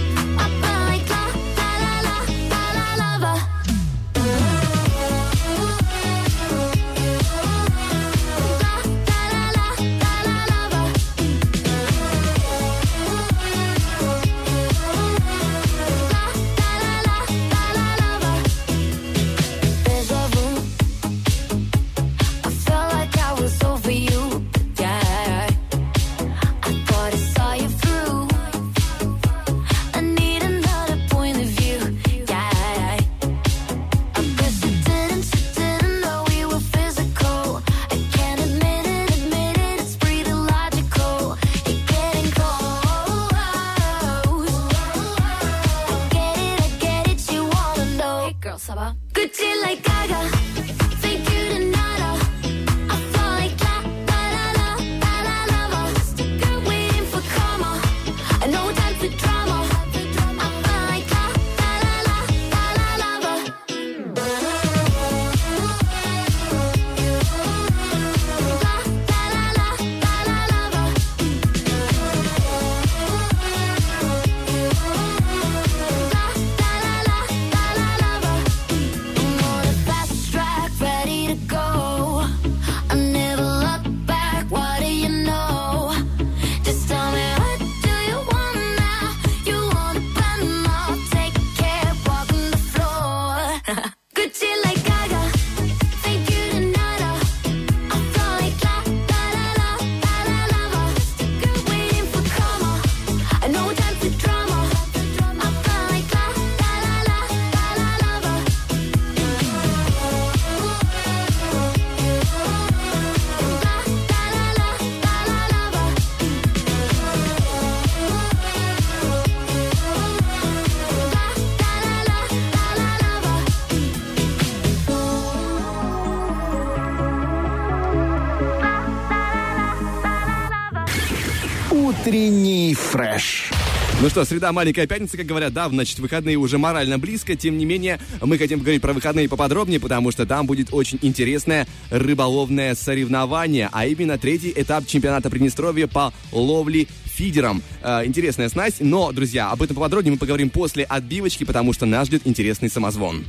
Утренний фреш. Ну что, среда, маленькая пятница, как говорят, да, значит, выходные уже морально близко. Тем не менее, мы хотим поговорить про выходные поподробнее, потому что там будет очень интересное рыболовное соревнование, а именно третий этап чемпионата Приднестровья по ловле фидером. Э, интересная снасть, но, друзья, об этом поподробнее мы поговорим после отбивочки, потому что нас ждет интересный самозвон.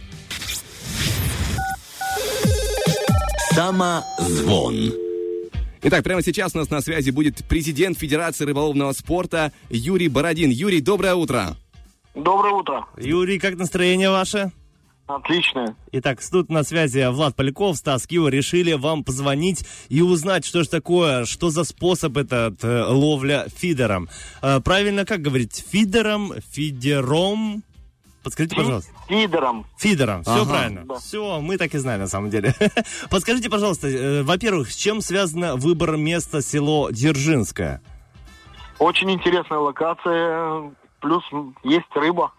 Самозвон. Итак, прямо сейчас у нас на связи будет президент Федерации рыболовного спорта Юрий Бородин. Юрий, доброе утро. Доброе утро. Юрий, как настроение ваше? Отлично. Итак, тут на связи Влад Поляков, Стас Кио. Решили вам позвонить и узнать, что же такое, что за способ этот э, ловля фидером. Э, правильно как говорить? Фидером, фидером? Подскажите, пожалуйста. Фидером. Фидером, все Ага. правильно. Да. Все, мы так и знали на самом деле. Подскажите, пожалуйста, э, во-первых, с чем связано выбор места село Дзержинское? Очень интересная локация. Плюс есть рыба.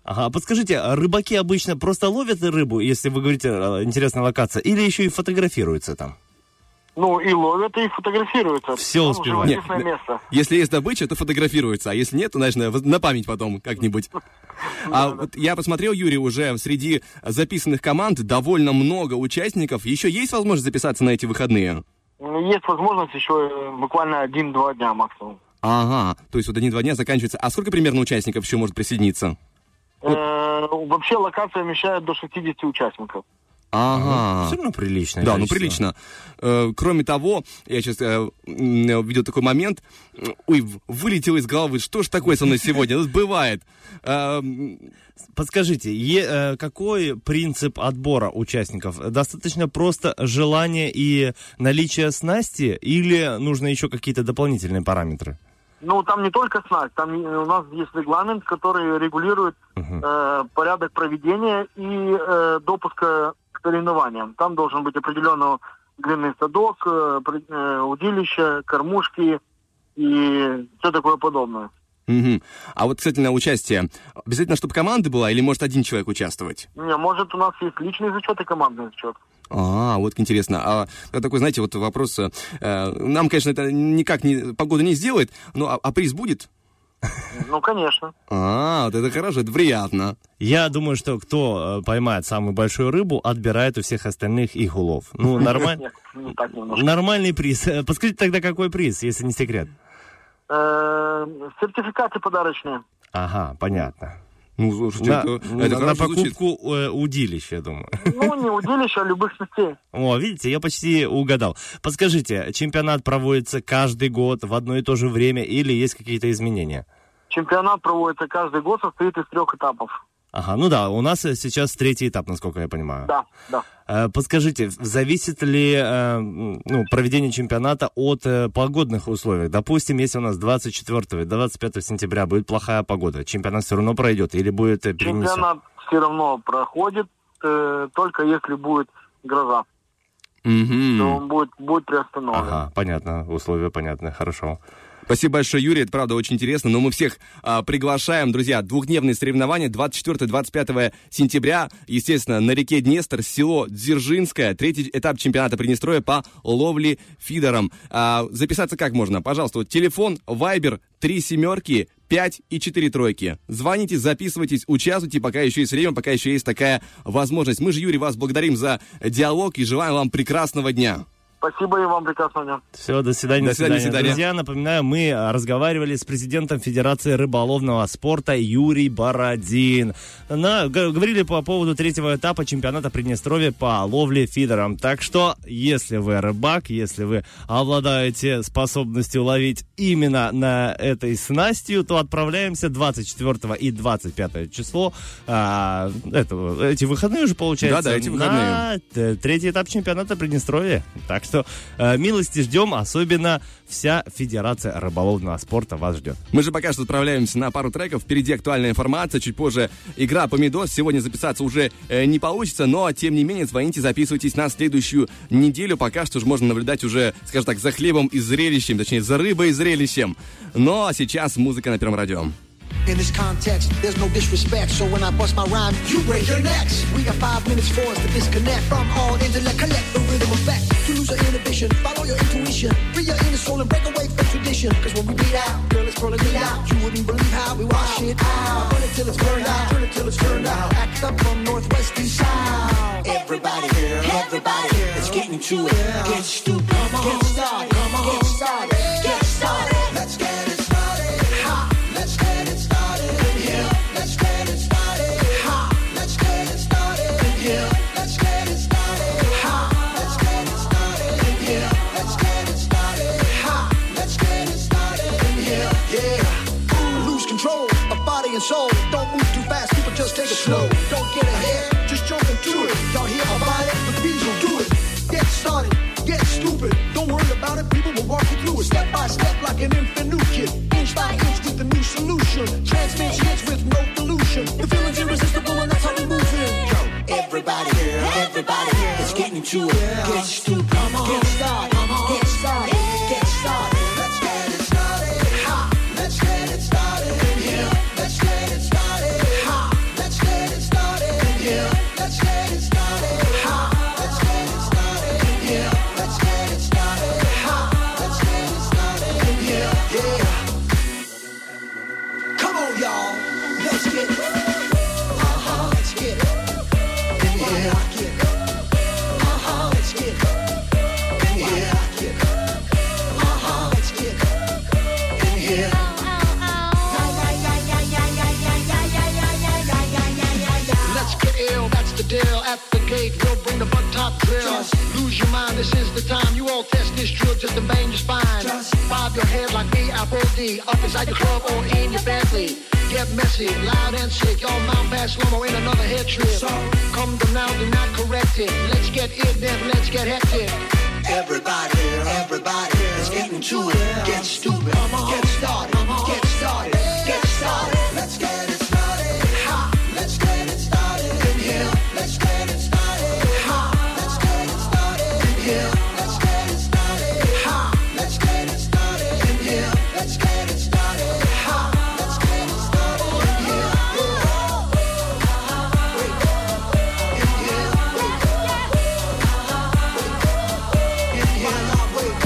Ага, подскажите, а рыбаки обычно просто ловят рыбу, если вы говорите, э, интересная локация, или еще и фотографируются там? Ну, и ловят, и фотографируются. Все Там успевают. уже живописное место. Если есть добыча, то фотографируется, а если нет, то, знаешь, на на память потом как-нибудь. А вот я посмотрел, Юрий, уже среди записанных команд довольно много участников. Еще есть возможность записаться на эти выходные? Есть возможность еще э, буквально один-два дня максимум. Ага, то есть вот один-два дня заканчивается. А сколько примерно участников еще может присоединиться? Э, Вообще локация вмещает до шестидесяти участников. Ага. Все равно прилично. Да, ну прилично. Э, кроме того, я сейчас э, м, видел такой момент. Ой, в- вылетело из головы, что ж такое со мной сегодня? Ну, бывает. Э, м, Подскажите, е- э, какой принцип отбора участников? Достаточно просто желание и наличие снасти или нужно еще какие-то дополнительные параметры? Ну, там не только снасть, там и- у нас есть регламент, который регулирует э, порядок проведения и э, допуска к соревнованиям. Там должен быть определенный длинный садок, э, при- э, удилище, кормушки и все такое подобное. мгм. А вот, кстати, на участие. Обязательно, чтобы команда была или может один человек участвовать? Не, может, у нас есть личный зачет и командный зачет. А, вот как интересно. А это такой, знаете, вот вопрос. э, нам, конечно, это никак не, погода не сделает, но а, а приз будет? Ну, конечно. А, вот это хорошо, это приятно. Я думаю, что кто э, поймает самую большую рыбу, отбирает у всех остальных их улов. Ну, нормально. Нет, не так немножко. Нормальный приз. Э, Подскажите тогда, какой приз, если не секрет? Э, Сертификаты подарочные. Ага, понятно. Ну, слушайте, На, это, на- это на хорошо звучит. покупку э, удилища, я думаю. Ну, не удилище, а любых снастей. О, видите, я почти угадал. Подскажите, чемпионат проводится каждый год в одно и то же время или есть какие-то изменения? Чемпионат проводится каждый год, состоит из трех этапов. Ага, ну да, у нас э, сейчас третий этап, насколько я понимаю. Да, да. Э, Подскажите, зависит ли э, м, ну, проведение чемпионата от э, погодных условий? Допустим, если у нас двадцать четвёртого и двадцать пятого сентября будет плохая погода, чемпионат все равно пройдет или будет э, перенесен? Чемпионат все равно проходит, э, только если будет гроза, Мгм. то он будет, будет приостановлен. Ага, понятно, условия понятны, хорошо. Спасибо большое, Юрий, это правда очень интересно, но мы всех а, приглашаем, друзья, двухдневные соревнования двадцать четвёртого - двадцать пятого сентября, естественно, на реке Днестр, село Дзержинское, третий этап чемпионата Приднестровья по ловле фидером. А, записаться как можно? Пожалуйста, вот телефон, вайбер, три семерки, пять и четыре тройки. Звоните, записывайтесь, участвуйте, пока еще есть время, пока еще есть такая возможность. Мы же, Юрий, вас благодарим за диалог и желаем вам прекрасного дня. Спасибо и вам, прекрасного дня. Все, до свидания. До свидания, до свидания. Друзья, напоминаю, мы а, разговаривали с президентом Федерации рыболовного спорта Юрий Бородин. На, г- говорили по поводу третьего этапа чемпионата Приднестровья по ловле фидером. Так что, если вы рыбак, если вы обладаете способностью ловить именно на этой снастью, то отправляемся двадцать четвёртого и двадцать пятого число. А, это, эти выходные уже, получается, Да-да, эти на выходные. т- третий этап чемпионата Приднестровья. Так что э, милости ждем, особенно вся Федерация рыболовного спорта вас ждет. Мы же пока что отправляемся на пару треков. Впереди актуальная информация. Чуть позже игра «Помидос». Сегодня записаться уже э, не получится, но, тем не менее, звоните, записывайтесь на следующую неделю. Пока что же можно наблюдать уже, скажем так, за хлебом и зрелищем, точнее, за рыбой и зрелищем. Но сейчас музыка на Первом радио. In this context, there's no disrespect, so when I bust my rhyme, you break your necks. We got five minutes for us to disconnect from all intellect, collect the rhythm effect. To lose our inhibition, follow your intuition, free your inner soul and break away from tradition. Cause when we beat out, girl, it's pulling it out. You wouldn't believe how we wash it out. Burn it till it's burned out, turn it till it's turned out. Act up from northwest to south. Everybody, everybody, let's get into it. Get stupid, get started, get started, get started. Let's get it started. Ha, let's get it started. Yeah, let's get it started. Ha, let's get it started. Yeah, let's get it started. Ha, let's get it started. Yeah, let's get it started. Ha, let's get it started. Yeah, yeah. Lose control of body and soul. Don't move too fast, people just take it slow. Don't get ahead, just jump into it. Y'all hear about it? The bees will do it. Get started, get stupid. Don't worry about it, people will walk you through it. Step by step like an infant new kid. Inch by inch with a new solution. Transmit hits with no pollution. The feeling's irresistible and that's how we move in. Yo, everybody, everybody, let's get into it. Get stupid, get started, get started, get started. Let's get it started. Ha, let's get it started. Yeah, let's get it started. Ha, let's pop drill. Lose your mind, this is the time. You all test this drill just to bang your spine. Bob your head like A Apple D. Up inside your club or in your Bentley. Get messy, loud and sick. Y'all mount fast slow-mo in another head trip. So come to now, do not correct it. Let's get it, then let's get hectic. Everybody, everybody, let's get into it. Get stupid, get started, get started, get started. Let's get it started. Ha, let's get it started. In here, let's get it started. Ha, let's get it started. In here, let's get it started. Ha, let's get it started. In here, let's get it started. Ha, let's get it started. In here, in here, in here, wait.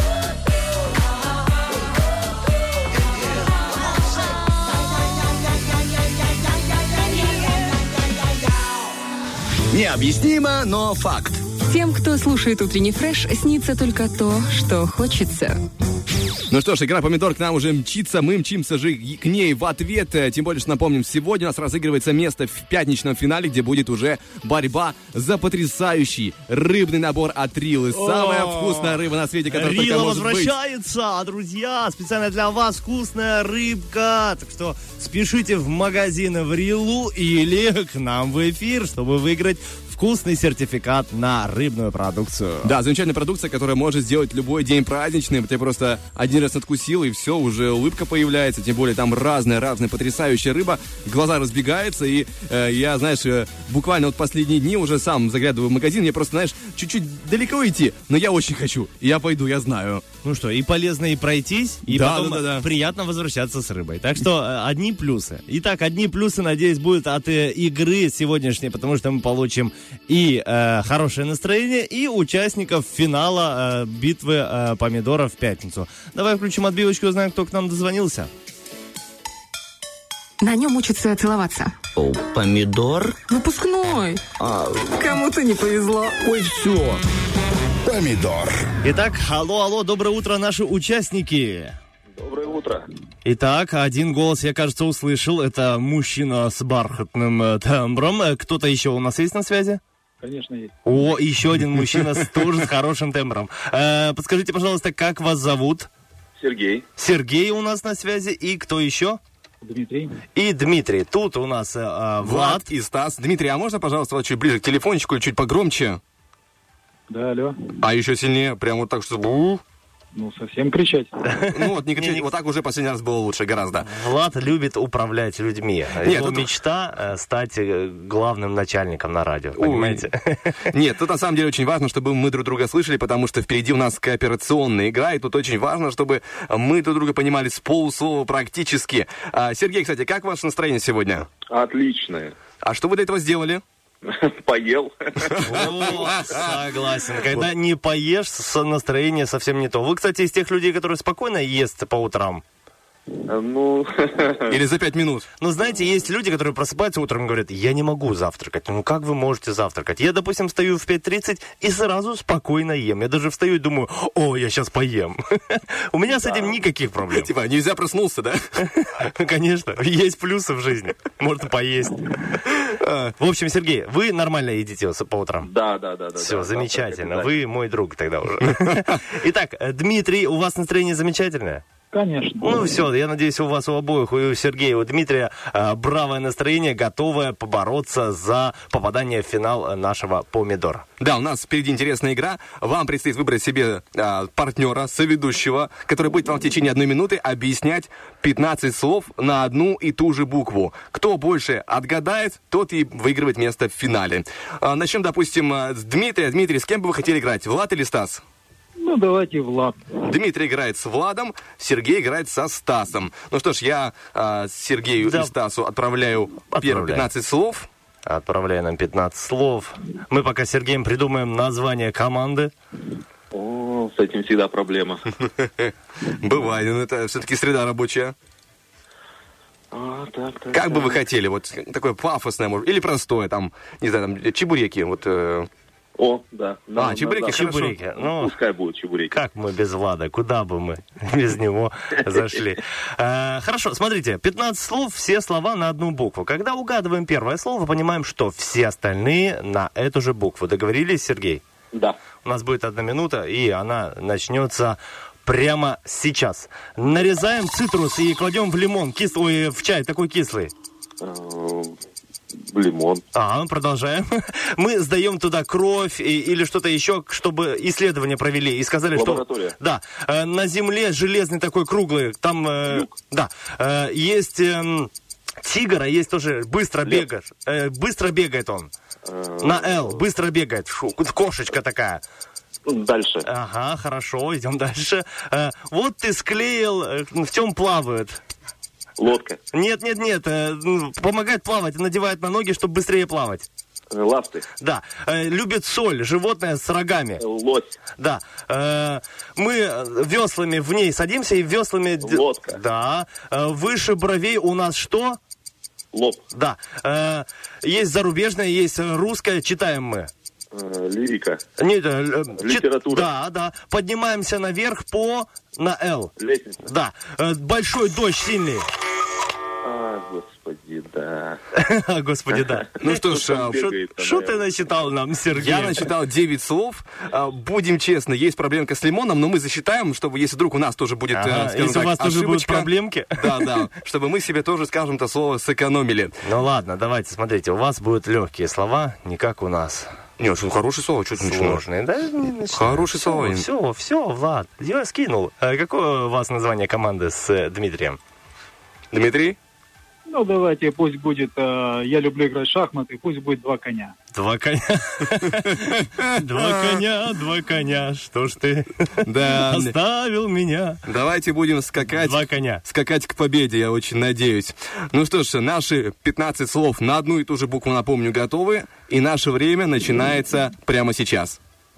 Необъяснимо, но факт. Тем, кто слушает утренний фреш, снится только то, что хочется. Ну что ж, игра «Помидор» к нам уже мчится, мы мчимся же к ней в ответ. Тем более, что напомним, сегодня у нас разыгрывается место в пятничном финале, где будет уже борьба за потрясающий рыбный набор от Рилы. Самая вкусная рыба на свете, которая только Рила может быть. возвращается, друзья! Специально для вас вкусная рыбка. Так что спешите в магазин в Рилу или к нам в эфир, чтобы выиграть вкусный сертификат на рыбную продукцию. Да, замечательная продукция, которая может сделать любой день праздничным. Ты просто один раз откусил, и все, уже улыбка появляется. Тем более там разная-разная потрясающая рыба. Глаза разбегаются, и э, я, знаешь, э, буквально вот последние дни уже сам заглядываю в магазин. Мне просто, знаешь, чуть-чуть далеко идти, но я очень хочу. И я пойду, я знаю. Ну что, и полезно и пройтись, и Да, потом да, да, да. приятно возвращаться с рыбой. Так что э, одни плюсы. Итак, одни плюсы, надеюсь, будут от э, игры сегодняшней, потому что мы получим и э, хорошее настроение, и участников финала э, битвы э, помидоров в пятницу. Давай включим отбивочку, узнаем, кто к нам дозвонился. На нем учатся целоваться. О, помидор? Выпускной. А, Кому-то не повезло. ой, все. Помидор. Итак, алло, алло, доброе утро, наши участники. Доброе утро. Итак, один голос я, кажется, услышал. Это мужчина с бархатным э, тембром. Э, Кто-то еще у нас есть на связи? Конечно, есть. О, еще один мужчина с тоже с хорошим тембром. Э, Подскажите, пожалуйста, как вас зовут? Сергей. Сергей у нас на связи. И кто еще? Дмитрий. И Дмитрий. Тут у нас э, э, Влад. Влад и Стас. Дмитрий, а можно, пожалуйста, вот чуть ближе к телефончику и чуть погромче? Да, алло. А еще сильнее, прям вот так, что... бу. Ну, совсем кричать. Ну вот, не кричите, вот так уже последний раз было лучше гораздо. Влад любит управлять людьми. Нет, Его тут- мечта э, стать э, главным начальником на радио, Ой. понимаете? Нет, тут на самом деле очень важно, чтобы мы друг друга слышали, потому что впереди у нас кооперационная игра, и тут очень важно, чтобы мы друг друга понимали с полуслова практически. А, Сергей, кстати, как ваше настроение сегодня? Отличное. А что вы для этого сделали? Поел. О, согласен. Когда не поешь, с- настроение совсем не то. Вы, кстати, из тех людей, которые спокойно ест по утрам. Ну, Или за пять минут? Ну, знаете, есть люди, которые просыпаются утром и говорят, я не могу завтракать. Ну, как вы можете завтракать? Я, допустим, встаю в пять тридцать и сразу спокойно ем. Я даже встаю и думаю, о, я сейчас поем. У меня с этим никаких проблем. Типа, нельзя проснулся, да? Конечно, есть плюсы в жизни. Можно поесть. В общем, Сергей, вы нормально едите по утрам? да, да, да. да Все, да, замечательно. завтрак Вы мой друг тогда уже. Итак, Дмитрий, у вас настроение замечательное? Конечно. Ну все, я надеюсь, у вас у обоих, и у Сергея, и у Дмитрия э, бравое настроение, готовое побороться за попадание в финал нашего помидора. Да, у нас впереди интересная игра. Вам предстоит выбрать себе а, партнера, соведущего, который будет вам в течение одной минуты объяснять пятнадцать слов на одну и ту же букву. Кто больше отгадает, тот и выигрывает место в финале. А, начнем, допустим, а, с Дмитрия. Дмитрий, с кем бы вы хотели играть, Влад или Стас? Ну, давайте Влад. Дмитрий играет с Владом, Сергей играет со Стасом. Ну что ж, я а, Сергею Да. и Стасу отправляю первые Отправляй. пятнадцать слов. Отправляй нам пятнадцать слов. Мы пока с Сергеем придумаем название команды. О, с этим всегда проблема. Бывает, но это все-таки среда рабочая. А, так, так, Как бы так. вы хотели, вот такое пафосное, может, или простое, там, не знаю, там, чебуреки, вот... э, О, да. А, чебуреки, хорошо. Чебуреки. Ну, Пускай будут чебуреки. как мы без Влада? Куда бы мы без него зашли? А, хорошо, смотрите, пятнадцать слов, все слова на одну букву. Когда угадываем первое слово, понимаем, что все остальные на эту же букву. Договорились, Сергей? Да. У нас будет одна минута, и она начнется прямо сейчас. Нарезаем цитрус и кладем в лимон, кислый, в чай такой кислый. Лимон. А, продолжаем. Мы сдаем туда кровь и, или что-то еще, чтобы исследования провели и сказали, Лаборатория. что... Да. Э, на Земле железный такой круглый, там... Э, да. Э, есть э, тигр, а есть тоже быстро бегает. Э, быстро бегает он. На «Л». Быстро бегает. Шу, кошечка такая. Дальше. Ага, хорошо, идем дальше. Э, вот ты склеил, э, в чем плавают. Лодка. Нет, нет, нет, э, помогает плавать, надевает на ноги, чтобы быстрее плавать. Ласты. Да, э, любит соль, животное с рогами. Лось. Да, э, мы веслами в ней садимся и веслами... Лодка. Да, э, выше бровей у нас что? Лоб. Да, э, есть зарубежное, есть русское, читаем мы. Э, лирика. Нет, э, Литература. Чит... Да, да, поднимаемся наверх по... на «Л». Лестница. Да, э, большой дождь сильный. А, господи, да. Господи, да. Ну что ж, Что ты начитал нам, Сергей? я начитал девять слов. А, Будем честны, есть проблемка с лимоном, но мы засчитаем, чтобы если вдруг у нас тоже будет, Ага, э, скажем если у так, вас тоже будут ошибочка. проблемки. Да, да, чтобы мы себе тоже, скажем, то слово сэкономили. Ну ладно, давайте, смотрите, у вас будут легкие слова, не как у нас. Нет, что хорошее слово, что ты начинаешь? Сложные, да? Хорошее слово. Все, все, Влад, я скинул. А какое у вас название команды с э, Дмитрием? Дмитрий? Ну, давайте, пусть будет, э, я люблю играть в шахматы, пусть будет два коня. Два коня. Два коня, два коня, что ж ты Да. оставил меня? Давайте будем скакать. Два коня. Скакать к победе, я очень надеюсь. Ну что ж, наши пятнадцать слов на одну и ту же букву, напомню, готовы. И наше время начинается прямо сейчас.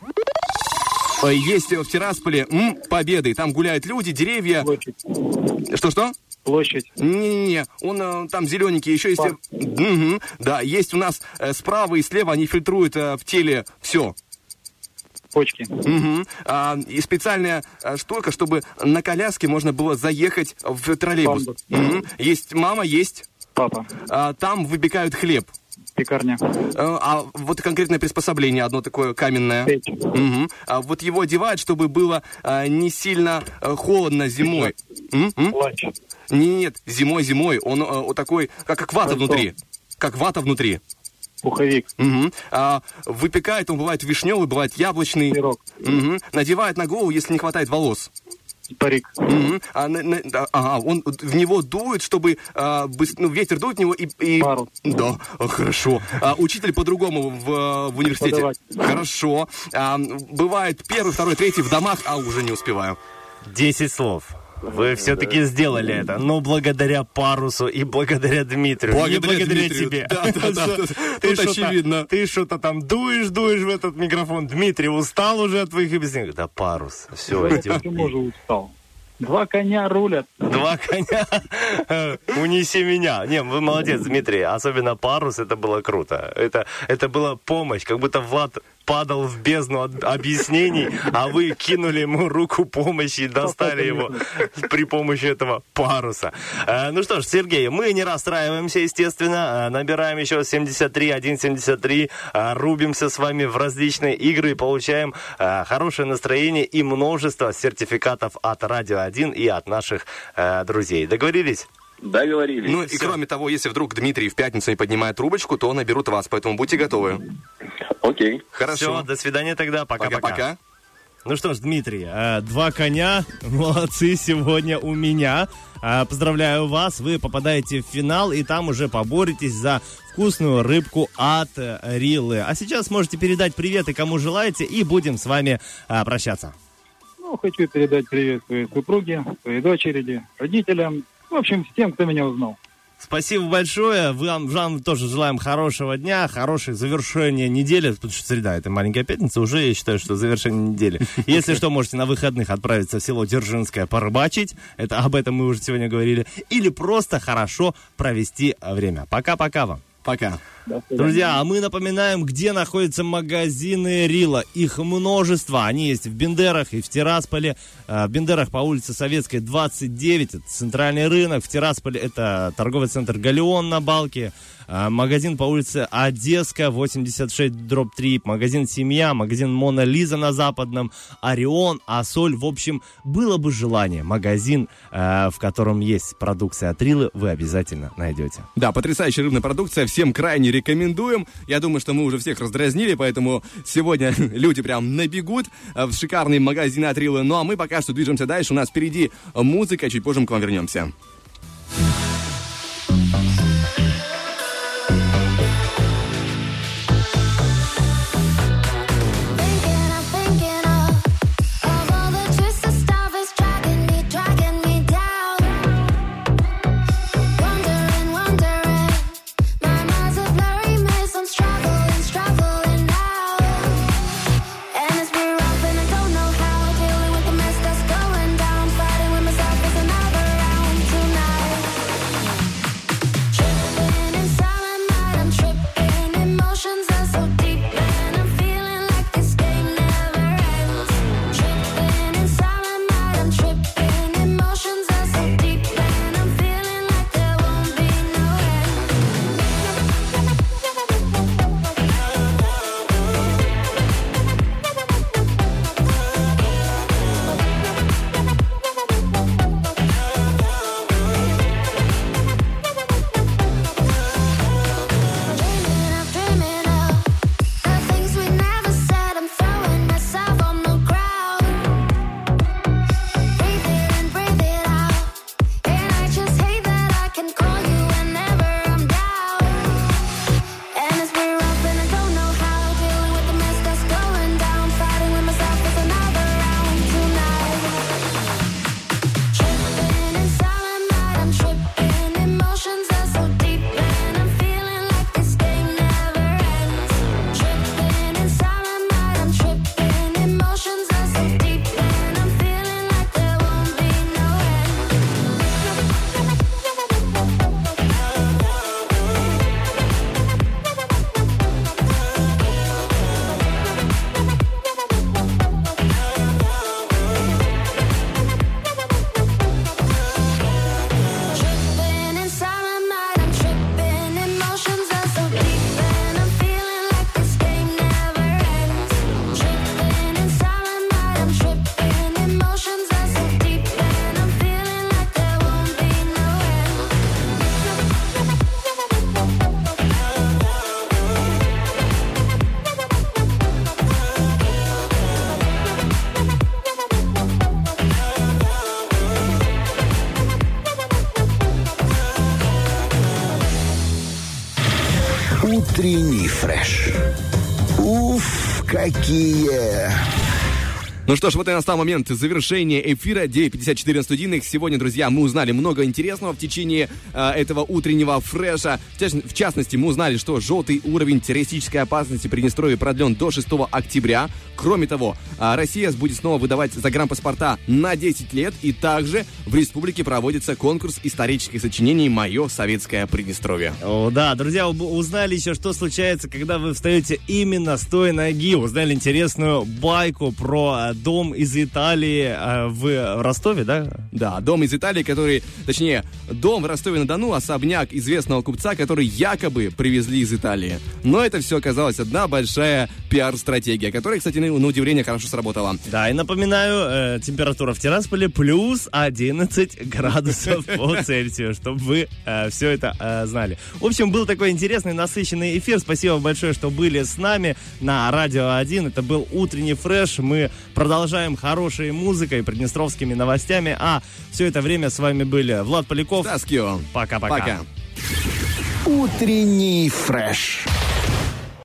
Ой, есть в Тирасполе м, победы. Там гуляют люди, деревья. Площадь. Что-что? Площадь. Не-не-не, он э, там зелененький, еще есть... Угу, да, есть у нас э, справа и слева, они фильтруют э, в теле все. Почки. Угу. А, и специальная а, штука, чтобы на коляске можно было заехать в троллейбус. Угу. Есть мама, есть... Папа. А, там выпекают хлеб. Пекарня. А, а вот конкретное приспособление, одно такое каменное. Печь. Угу. А вот его одевают, чтобы было а, не сильно а, холодно зимой. Плащ. Нет, зимой-зимой. Он а, вот такой, как, как вата Пальто. внутри. Как вата внутри. Пуховик. Угу. А, выпекает он, бывает вишневый, бывает яблочный. Пирог. Угу. Надевает на голову, если не хватает волос. Парик. Угу. А, на, на, да, ага, он в него дует, чтобы а, быс- ну, ветер дует в него и... и... Парус. Да, а, хорошо. А, учитель по-другому в, в университете. Хорошо. А, бывает первый, второй, третий в домах, а уже не успеваю. Десять слов. Вы все-таки сделали это, но благодаря парусу и благодаря Дмитрию. Благодаря не благодаря Дмитрию. тебе. Да, да, да. Что- Тут Ты что-то- очевидно. Ты что-то там дуешь, дуешь в этот микрофон. Дмитрий устал уже от твоих объяснений. Да парус. Все, идем. Почему же устал? Два коня рулят. Два коня. Э, Унеси меня. Не, вы молодец, Дмитрий. Особенно парус, это было круто. Это, это была помощь. Как будто Влад падал в бездну от объяснений, а вы кинули ему руку помощи и достали его при помощи этого паруса. Э, Ну что ж, Сергей, мы не расстраиваемся, естественно. Э, Набираем еще семьдесят три сто семьдесят три. э, Рубимся с вами в различные игры и получаем э, хорошее настроение и множество сертификатов от Радио один и от наших э, друзей. Договорились? Договорились. Ну и кроме того, если вдруг Дмитрий в пятницу не поднимает трубочку, то наберут вас, поэтому будьте готовы. Окей. Хорошо. Все, до свидания тогда. Пока-пока. Пока-пока. Ну что ж, Дмитрий, э, два коня, молодцы сегодня у меня. Э, Поздравляю вас, вы попадаете в финал, и там уже поборетесь за вкусную рыбку от э, Риллы. А сейчас можете передать приветы, кому желаете, и будем с вами э, прощаться. Ну, хочу передать привет своей супруге, своей дочери, родителям. В общем, всем, кто меня узнал. Спасибо большое. Вам, вам тоже желаем хорошего дня, хорошего завершения недели. Потому что среда, это маленькая пятница, уже я считаю, что завершение недели. Если что, можете на выходных отправиться в село Дзержинское порыбачить. Это, об этом мы уже сегодня говорили. Или просто хорошо провести время. Пока-пока вам. Пока. Друзья, а мы напоминаем, где находятся магазины Рила. Их множество. Они есть в Бендерах и в Тирасполе. В Бендерах по улице Советской, двадцать девять. Это центральный рынок. В Тирасполе это торговый центр «Галеон» на Балке. Магазин по улице Одесская, восемьдесят шесть дробь три. Магазин «Семья», магазин «Мона Лиза» на Западном, «Орион», «Ассоль». В общем, было бы желание. Магазин, э, в котором есть продукция от Рилы, вы обязательно найдете. Да, потрясающая рыбная продукция. Всем крайне рекомендуем. Я думаю, что мы уже всех раздразнили, поэтому сегодня люди прям набегут в шикарные магазины от Рилы. Ну а мы пока что движемся дальше. У нас впереди музыка. Чуть позже мы к вам вернемся. Утренний фреш. Уф, какие... Ну что ж, вот и настал момент завершения эфира. девять пятьдесят четыре на студийных. Сегодня, друзья, мы узнали много интересного в течение э, этого утреннего фреша. В, част... в частности, мы узнали, что желтый уровень террористической опасности Приднестровья продлен до шестого октября. Кроме того, э, Россия будет снова выдавать загранпаспорта на десять лет. И также в республике проводится конкурс исторических сочинений «Мое советское Приднестровье». О, да, друзья, узнали еще, что случается, когда вы встаете именно с той ноги. Узнали интересную байку про дом из Италии э, в Ростове, да? Да, дом из Италии, который, точнее, дом в Ростове-на-Дону, особняк известного купца, который якобы привезли из Италии. Но это все оказалось одна большая пиар-стратегия, которая, кстати, на, на удивление хорошо сработала. Да, и напоминаю, э, температура в Тирасполе плюс одиннадцать градусов по Цельсию, чтобы вы э, все это э, знали. В общем, был такой интересный, насыщенный эфир. Спасибо большое, что были с нами на Радио один. Это был утренний фреш. Мы продолжаем хорошей музыкой, приднестровскими новостями. А все это время с вами были Влад Поляков. Стас Кио. Пока-пока. Пока. Утренний фреш.